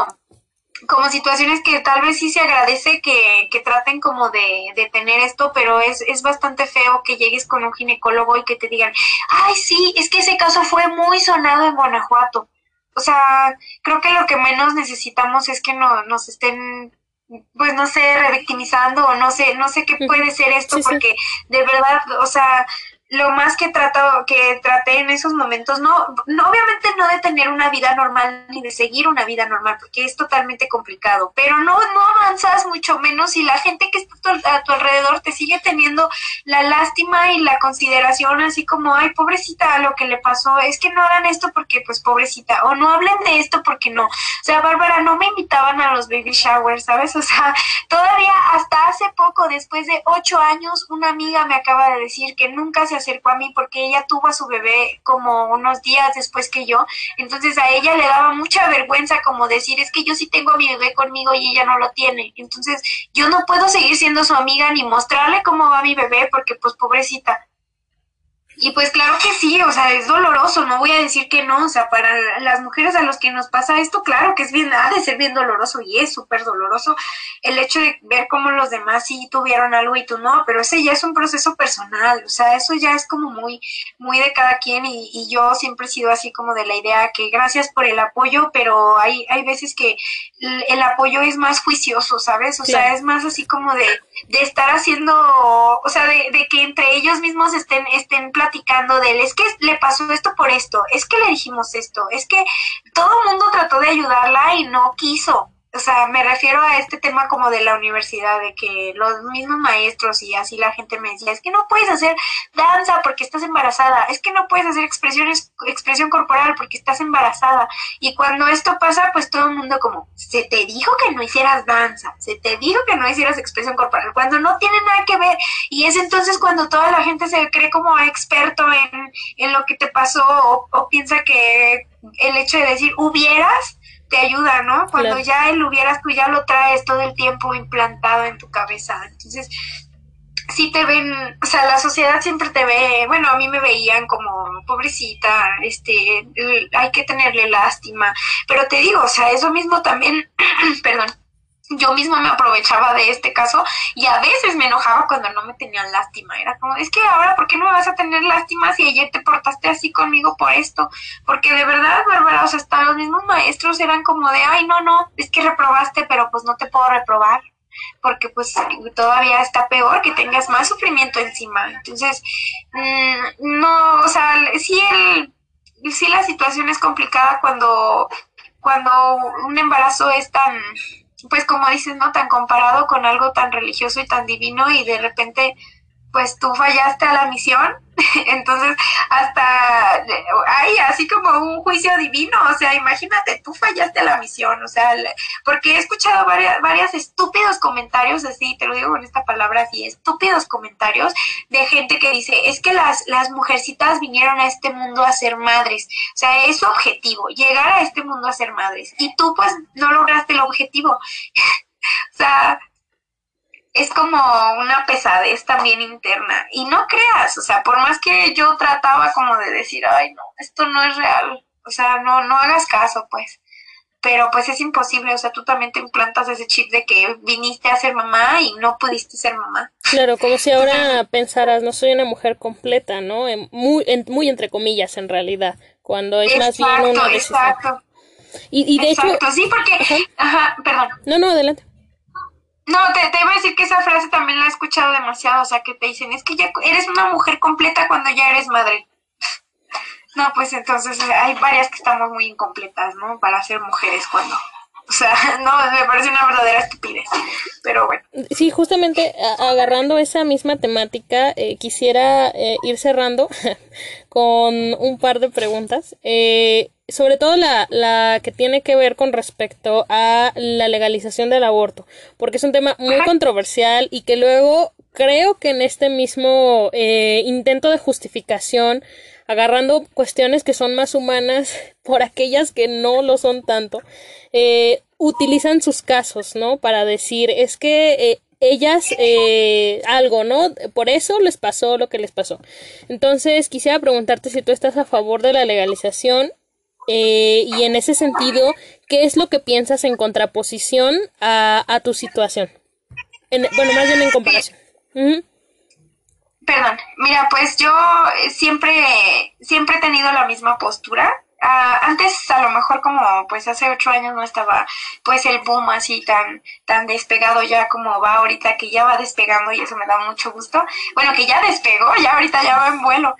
B: como situaciones que tal vez sí se agradece que traten como de tener esto, pero es bastante feo que llegues con un ginecólogo y que te digan, ay, sí, es que ese caso fue muy sonado en Guanajuato. O sea, creo que lo que menos necesitamos es que nos estén, pues no sé, revictimizando o no sé qué puede ser esto,
A: Sí, sí.
B: porque de verdad, o sea, lo más que traté en esos momentos, no, obviamente no de tener una vida normal ni de seguir una vida normal, porque es totalmente complicado, pero no avanzas mucho menos si la gente que está a tu alrededor te sigue teniendo la lástima y la consideración, así como, ay, pobrecita, lo que le pasó, es que no hagan esto porque, pues, pobrecita, o no hablen de esto porque no. O sea, Bárbara, no me invitaban a los baby showers, ¿sabes? O sea, todavía hasta hace poco, después de 8 años, una amiga me acaba de decir que nunca se acercó a mí porque ella tuvo a su bebé como unos días después que yo, entonces a ella le daba mucha vergüenza como decir, es que yo sí tengo a mi bebé conmigo y ella no lo tiene, entonces yo no puedo seguir siendo su amiga ni mostrarle cómo va mi bebé porque pues pobrecita. Y pues claro que sí, o sea, es doloroso, no voy a decir que no, o sea, para las mujeres a los que nos pasa esto, claro que ha de ser bien doloroso y es súper doloroso el hecho de ver cómo los demás sí tuvieron algo y tú no, pero ese ya es un proceso personal, o sea, eso ya es como muy de cada quien y yo siempre he sido así como de la idea que gracias por el apoyo, pero hay veces que el apoyo es más juicioso, ¿sabes? O sea,
A: Claro.
B: es más así como de estar haciendo, o sea, de que entre ellos mismos estén platicando de él, es que le pasó esto por esto, es que le dijimos esto, es que todo el mundo trató de ayudarla y no quiso. O sea, me refiero a este tema como de la universidad, de que los mismos maestros y así la gente me decía, es que no puedes hacer danza porque estás embarazada, es que no puedes hacer expresión corporal porque estás embarazada. Y cuando esto pasa, pues todo el mundo como, se te dijo que no hicieras danza, se te dijo que no hicieras expresión corporal, cuando no tiene nada que ver. Y es entonces cuando toda la gente se cree como experto en lo que te pasó o piensa que el hecho de decir hubieras te ayuda, ¿no? Cuando
A: Claro.
B: ya el hubieras, tú ya lo traes todo el tiempo implantado en tu cabeza. Entonces, sí te ven, o sea, la sociedad siempre te ve, bueno, a mí me veían como pobrecita, hay que tenerle lástima, pero te digo, o sea, eso mismo también, perdón, yo misma me aprovechaba de este caso y a veces me enojaba cuando no me tenían lástima. Era como, es que ahora, ¿por qué no me vas a tener lástima si ayer te portaste así conmigo por esto? Porque de verdad, Bárbara, o sea, hasta los mismos maestros eran como de, ay, no, es que reprobaste, pero pues no te puedo reprobar porque pues todavía está peor que tengas más sufrimiento encima. Entonces, no, o sea, sí la situación es complicada cuando un embarazo es tan, pues como dices, ¿no? Tan comparado con algo tan religioso y tan divino y de repente pues tú fallaste a la misión, entonces hasta hay así como un juicio divino, o sea, imagínate, tú fallaste a la misión, o sea, porque he escuchado varias estúpidos comentarios, así, te lo digo con esta palabra así, estúpidos comentarios de gente que dice, es que las mujercitas vinieron a este mundo a ser madres, o sea, es su objetivo, llegar a este mundo a ser madres, y tú pues no lograste el objetivo, o sea, es como una pesadez también interna. Y no creas, o sea, por más que yo trataba como de decir, ay, no, esto no es real, o sea, no hagas caso, pues. Pero pues es imposible, o sea, tú también te implantas ese chip de que viniste a ser mamá y no pudiste ser mamá.
A: Claro, como si
B: Entonces,
A: ahora pensaras, no soy una mujer completa, ¿no? Muy entre comillas, en realidad, cuando es más bien
B: exacto,
A: una decisión.
B: exacto,
A: Y de hecho,
B: exacto, sí, porque,
A: ajá,
B: ajá, perdón.
A: no, adelante.
B: No, te iba a decir que esa frase también la he escuchado demasiado, o sea, que te dicen, es que ya eres una mujer completa cuando ya eres madre. No, pues entonces hay varias que estamos muy incompletas, ¿no? Para ser mujeres cuando... O sea, no, me parece una verdadera estupidez. Pero bueno.
A: Sí, justamente agarrando esa misma temática, quisiera ir cerrando con un par de preguntas. Sobre todo la que tiene que ver con respecto a la legalización del aborto, porque es un tema muy
B: Ajá.
A: controversial y que luego creo que en este mismo intento de justificación, agarrando cuestiones que son más humanas por aquellas que no lo son tanto, utilizan sus casos, ¿no? Para decir, es que ellas algo, ¿no? Por eso les pasó lo que les pasó. Entonces, quisiera preguntarte si tú estás a favor de la legalización y en ese sentido, ¿qué es lo que piensas en contraposición a tu situación? Bueno, más bien en comparación. Ujú.
B: Perdón, mira, pues yo siempre he tenido la misma postura. Antes, a lo mejor como pues hace 8 años no estaba pues el boom así tan despegado ya como va ahorita, que ya va despegando y eso me da mucho gusto. Bueno, que ya despegó, ya ahorita ya va en vuelo.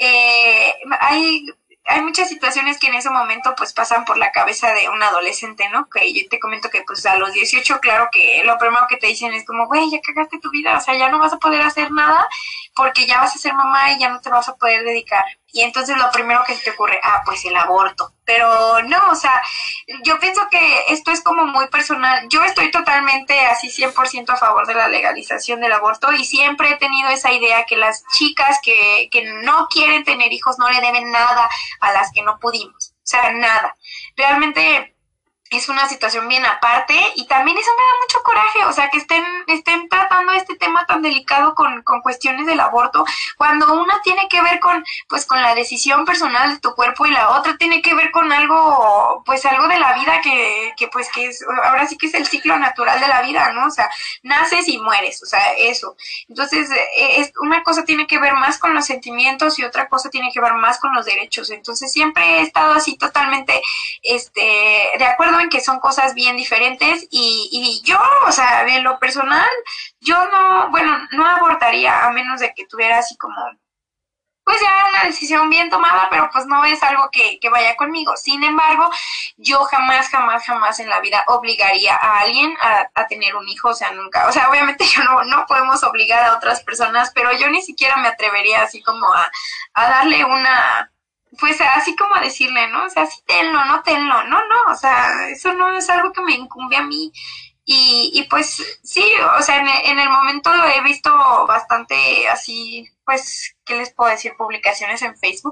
B: Hay muchas situaciones que en ese momento pues pasan por la cabeza de un adolescente, ¿no? Que yo te comento que pues a los 18 claro que lo primero que te dicen es como, güey, ya cagaste tu vida, o sea, ya no vas a poder hacer nada porque ya vas a ser mamá y ya no te vas a poder dedicar. Y entonces lo primero que se te ocurre, pues el aborto. Pero no, o sea, yo pienso que esto es como muy personal. Yo estoy totalmente así 100% a favor de la legalización del aborto y siempre he tenido esa idea que las chicas que no quieren tener hijos no le deben nada a las que no pudimos. O sea, nada. Realmente es una situación bien aparte y también eso me da mucho coraje, o sea, que estén tratando este tema tan delicado con cuestiones del aborto, cuando una tiene que ver con la decisión personal de tu cuerpo y la otra tiene que ver con algo de la vida que es, ahora sí que es el ciclo natural de la vida, ¿no? O sea, naces y mueres, o sea, eso. Entonces, una cosa tiene que ver más con los sentimientos y otra cosa tiene que ver más con los derechos. Entonces, siempre he estado así totalmente, de acuerdo en que son cosas bien diferentes y yo, o sea, en lo personal, yo no abortaría a menos de que tuviera así como, pues ya una decisión bien tomada, pero pues no es algo que vaya conmigo. Sin embargo, yo jamás en la vida obligaría a alguien a tener un hijo, o sea, nunca, o sea, obviamente yo no podemos obligar a otras personas, pero yo ni siquiera me atrevería así como a darle una, pues así como a decirle, ¿no? O sea, sí tenlo, no, o sea, eso no es algo que me incumbe a mí. Y pues sí, o sea, en el momento he visto bastante así, pues ¿qué les puedo decir? Publicaciones en Facebook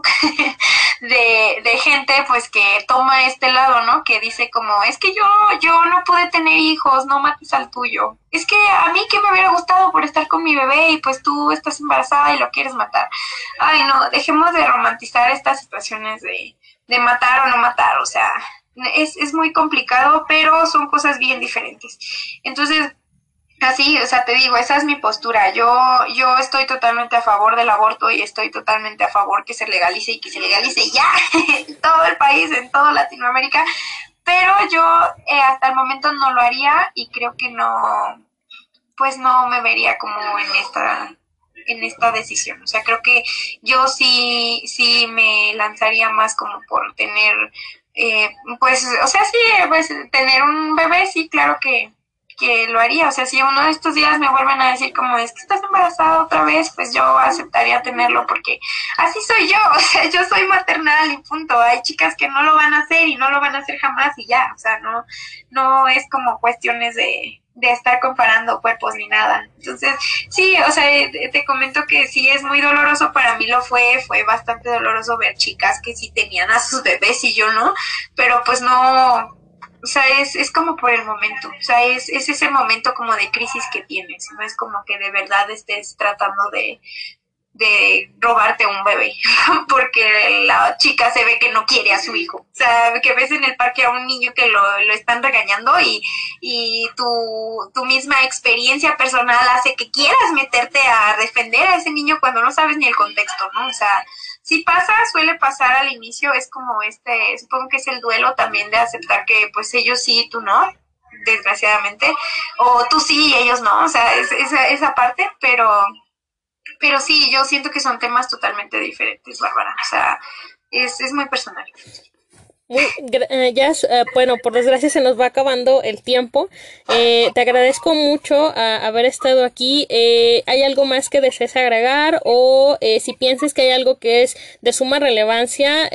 B: de gente pues que toma este lado, ¿no? Que dice como, es que yo no pude tener hijos, no mates al tuyo. Es que a mí que me hubiera gustado por estar con mi bebé y pues tú estás embarazada y lo quieres matar. Ay, no, dejemos de romantizar estas situaciones de matar o no matar, o sea, es muy complicado, pero son cosas bien diferentes. Entonces, así, o sea, te digo, esa es mi postura. Yo estoy totalmente a favor del aborto y estoy totalmente a favor que se legalice y que se legalice ya en todo el país, en toda Latinoamérica, pero yo hasta el momento no lo haría y creo que no, pues no me vería como en esta decisión. O sea, creo que yo sí me lanzaría más como por tener, pues, o sea, sí, pues tener un bebé, sí, claro que lo haría. O sea, si uno de estos días me vuelven a decir como es que estás embarazada otra vez, pues yo aceptaría tenerlo porque así soy yo, o sea, yo soy maternal y punto. Hay chicas que no lo van a hacer y no lo van a hacer jamás y ya, o sea, no es como cuestiones de estar comparando cuerpos ni nada. Entonces, sí, o sea, te comento que sí es muy doloroso, para mí fue bastante doloroso ver chicas que sí tenían a sus bebés y yo no, pero pues no, o sea, es como por el momento, o sea, es ese momento como de crisis que tienes, no es como que de verdad estés tratando de robarte un bebé, porque la chica se ve que no quiere a su hijo, o sea, que ves en el parque a un niño que lo están regañando y tu misma experiencia personal hace que quieras meterte a defender a ese niño cuando no sabes ni el contexto, ¿no? O sea, si pasa, suele pasar al inicio, es como supongo que es el duelo también de aceptar que pues ellos sí, tú no, desgraciadamente, o tú sí y ellos no, o sea, esa parte, pero sí, yo siento que son temas totalmente diferentes, Bárbara. O sea, es muy personal.
A: Bueno, por desgracia se nos va acabando el tiempo. Te agradezco mucho haber estado aquí. ¿Hay algo más que desees agregar? O si piensas que hay algo que es de suma relevancia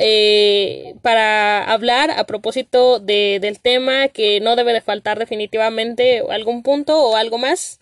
A: para hablar a propósito del tema que no debe de faltar definitivamente, algún punto o algo más.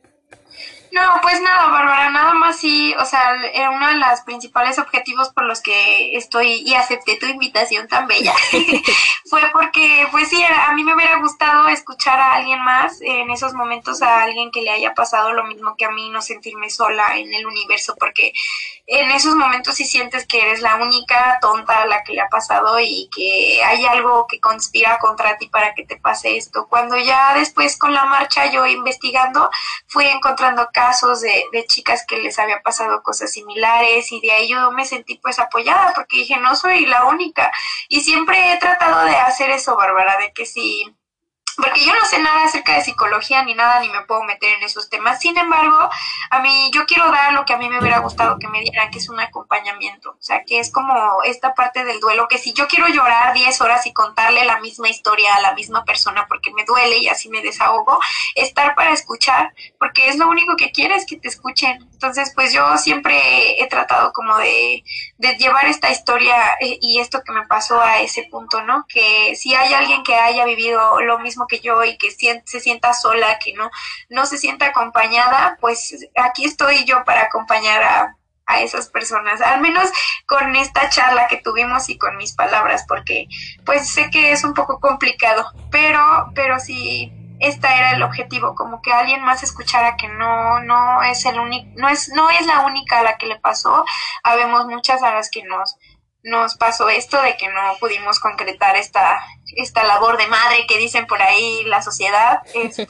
B: No, pues nada, Bárbara, nada más sí, o sea, uno de los principales objetivos por los que estoy y acepté tu invitación tan bella fue porque, pues sí, a mí me hubiera gustado escuchar a alguien más en esos momentos, a alguien que le haya pasado lo mismo que a mí, no sentirme sola en el universo, porque en esos momentos sí sientes que eres la única tonta a la que le ha pasado y que hay algo que conspira contra ti para que te pase esto. Cuando ya después con la marcha yo investigando fui encontrando casos de chicas que les había pasado cosas similares y de ahí yo me sentí pues apoyada porque dije no soy la única y siempre he tratado de hacer eso, Bárbara, de que si porque yo no sé nada acerca de psicología ni nada, ni me puedo meter en esos temas. Sin embargo, a mí, yo quiero dar lo que a mí me hubiera gustado que me dieran, que es un acompañamiento. O sea, que es como esta parte del duelo, que si yo quiero llorar 10 horas y contarle la misma historia a la misma persona porque me duele y así me desahogo, estar para escuchar, porque es lo único que quieres, que te escuchen. Entonces, pues yo siempre he tratado como de llevar esta historia y esto que me pasó a ese punto, ¿no? Que si hay alguien que haya vivido lo mismo que yo y que se sienta sola, que no se sienta acompañada, pues aquí estoy yo para acompañar a esas personas, al menos con esta charla que tuvimos y con mis palabras, porque pues sé que es un poco complicado, pero sí esta era el objetivo, como que alguien más escuchara que no es el único, no es la única a la que le pasó, habemos muchas a las que nos pasó esto de que no pudimos concretar esta labor de madre que dicen por ahí la sociedad,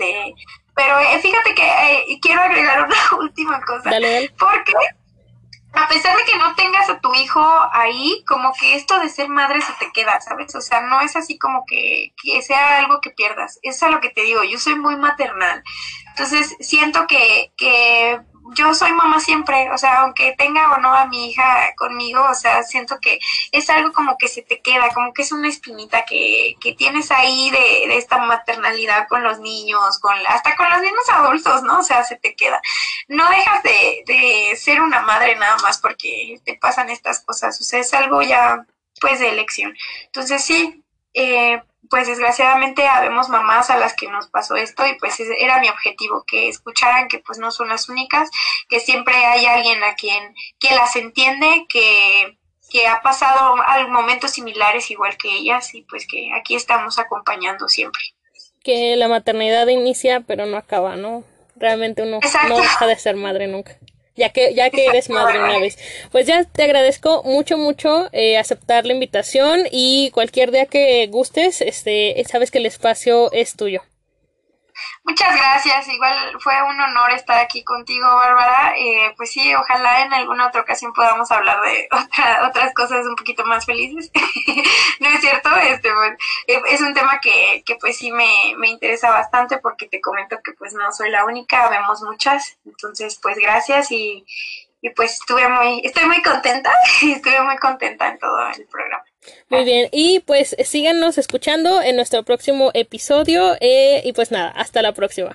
B: pero fíjate que quiero agregar una última cosa,
A: Dale.
B: porque a pesar de que no tengas a tu hijo ahí, como que esto de ser madre se te queda, ¿sabes? O sea, no es así como que sea algo que pierdas. Eso es lo que te digo, yo soy muy maternal. Entonces, siento que yo soy mamá siempre, o sea, aunque tenga o no a mi hija conmigo, o sea, siento que es algo como que se te queda, como que es una espinita que tienes ahí de esta maternalidad con los niños, hasta con los mismos adultos, ¿no? O sea, se te queda. No dejas de ser una madre nada más porque te pasan estas cosas, o sea, es algo ya, pues, de elección. Entonces, sí, pues desgraciadamente habemos mamás a las que nos pasó esto y pues era mi objetivo, que escucharan que pues no son las únicas, que siempre hay alguien a quien que las entiende, que ha pasado a momentos similares igual que ellas y pues que aquí estamos acompañando siempre.
A: Que la maternidad inicia pero no acaba, ¿no? Realmente uno
B: Exacto.
A: no deja de ser madre nunca. Ya que eres madre una vez. Pues ya te agradezco mucho aceptar la invitación y cualquier día que gustes, sabes que el espacio es tuyo.
B: Muchas gracias, igual fue un honor estar aquí contigo, Bárbara. Pues sí, ojalá en alguna otra ocasión podamos hablar de otras cosas un poquito más felices. ¿No es cierto? Pues, es un tema que pues sí me interesa bastante porque te comento que pues no soy la única, vemos muchas. Entonces, pues gracias y pues estoy muy contenta y estuve muy contenta en todo el programa.
A: Muy bien, y pues síganos escuchando en nuestro próximo episodio y pues nada, hasta la próxima.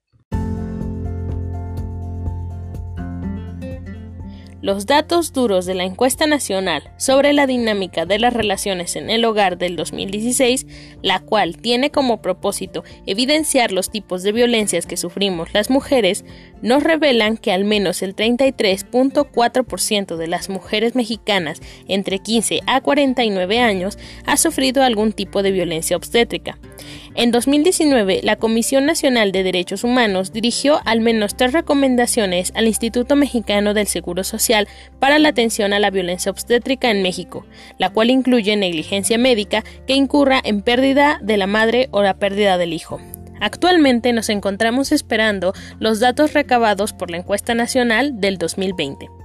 A: Los datos duros de la encuesta nacional sobre la dinámica de las relaciones en el hogar del 2016, la cual tiene como propósito evidenciar los tipos de violencias que sufrimos las mujeres, nos revelan que al menos el 33.4% de las mujeres mexicanas entre 15 a 49 años ha sufrido algún tipo de violencia obstétrica. En 2019, la Comisión Nacional de Derechos Humanos dirigió al menos 3 recomendaciones al Instituto Mexicano del Seguro Social para la atención a la violencia obstétrica en México, la cual incluye negligencia médica que incurra en pérdida de la madre o la pérdida del hijo. Actualmente nos encontramos esperando los datos recabados por la encuesta nacional del 2020.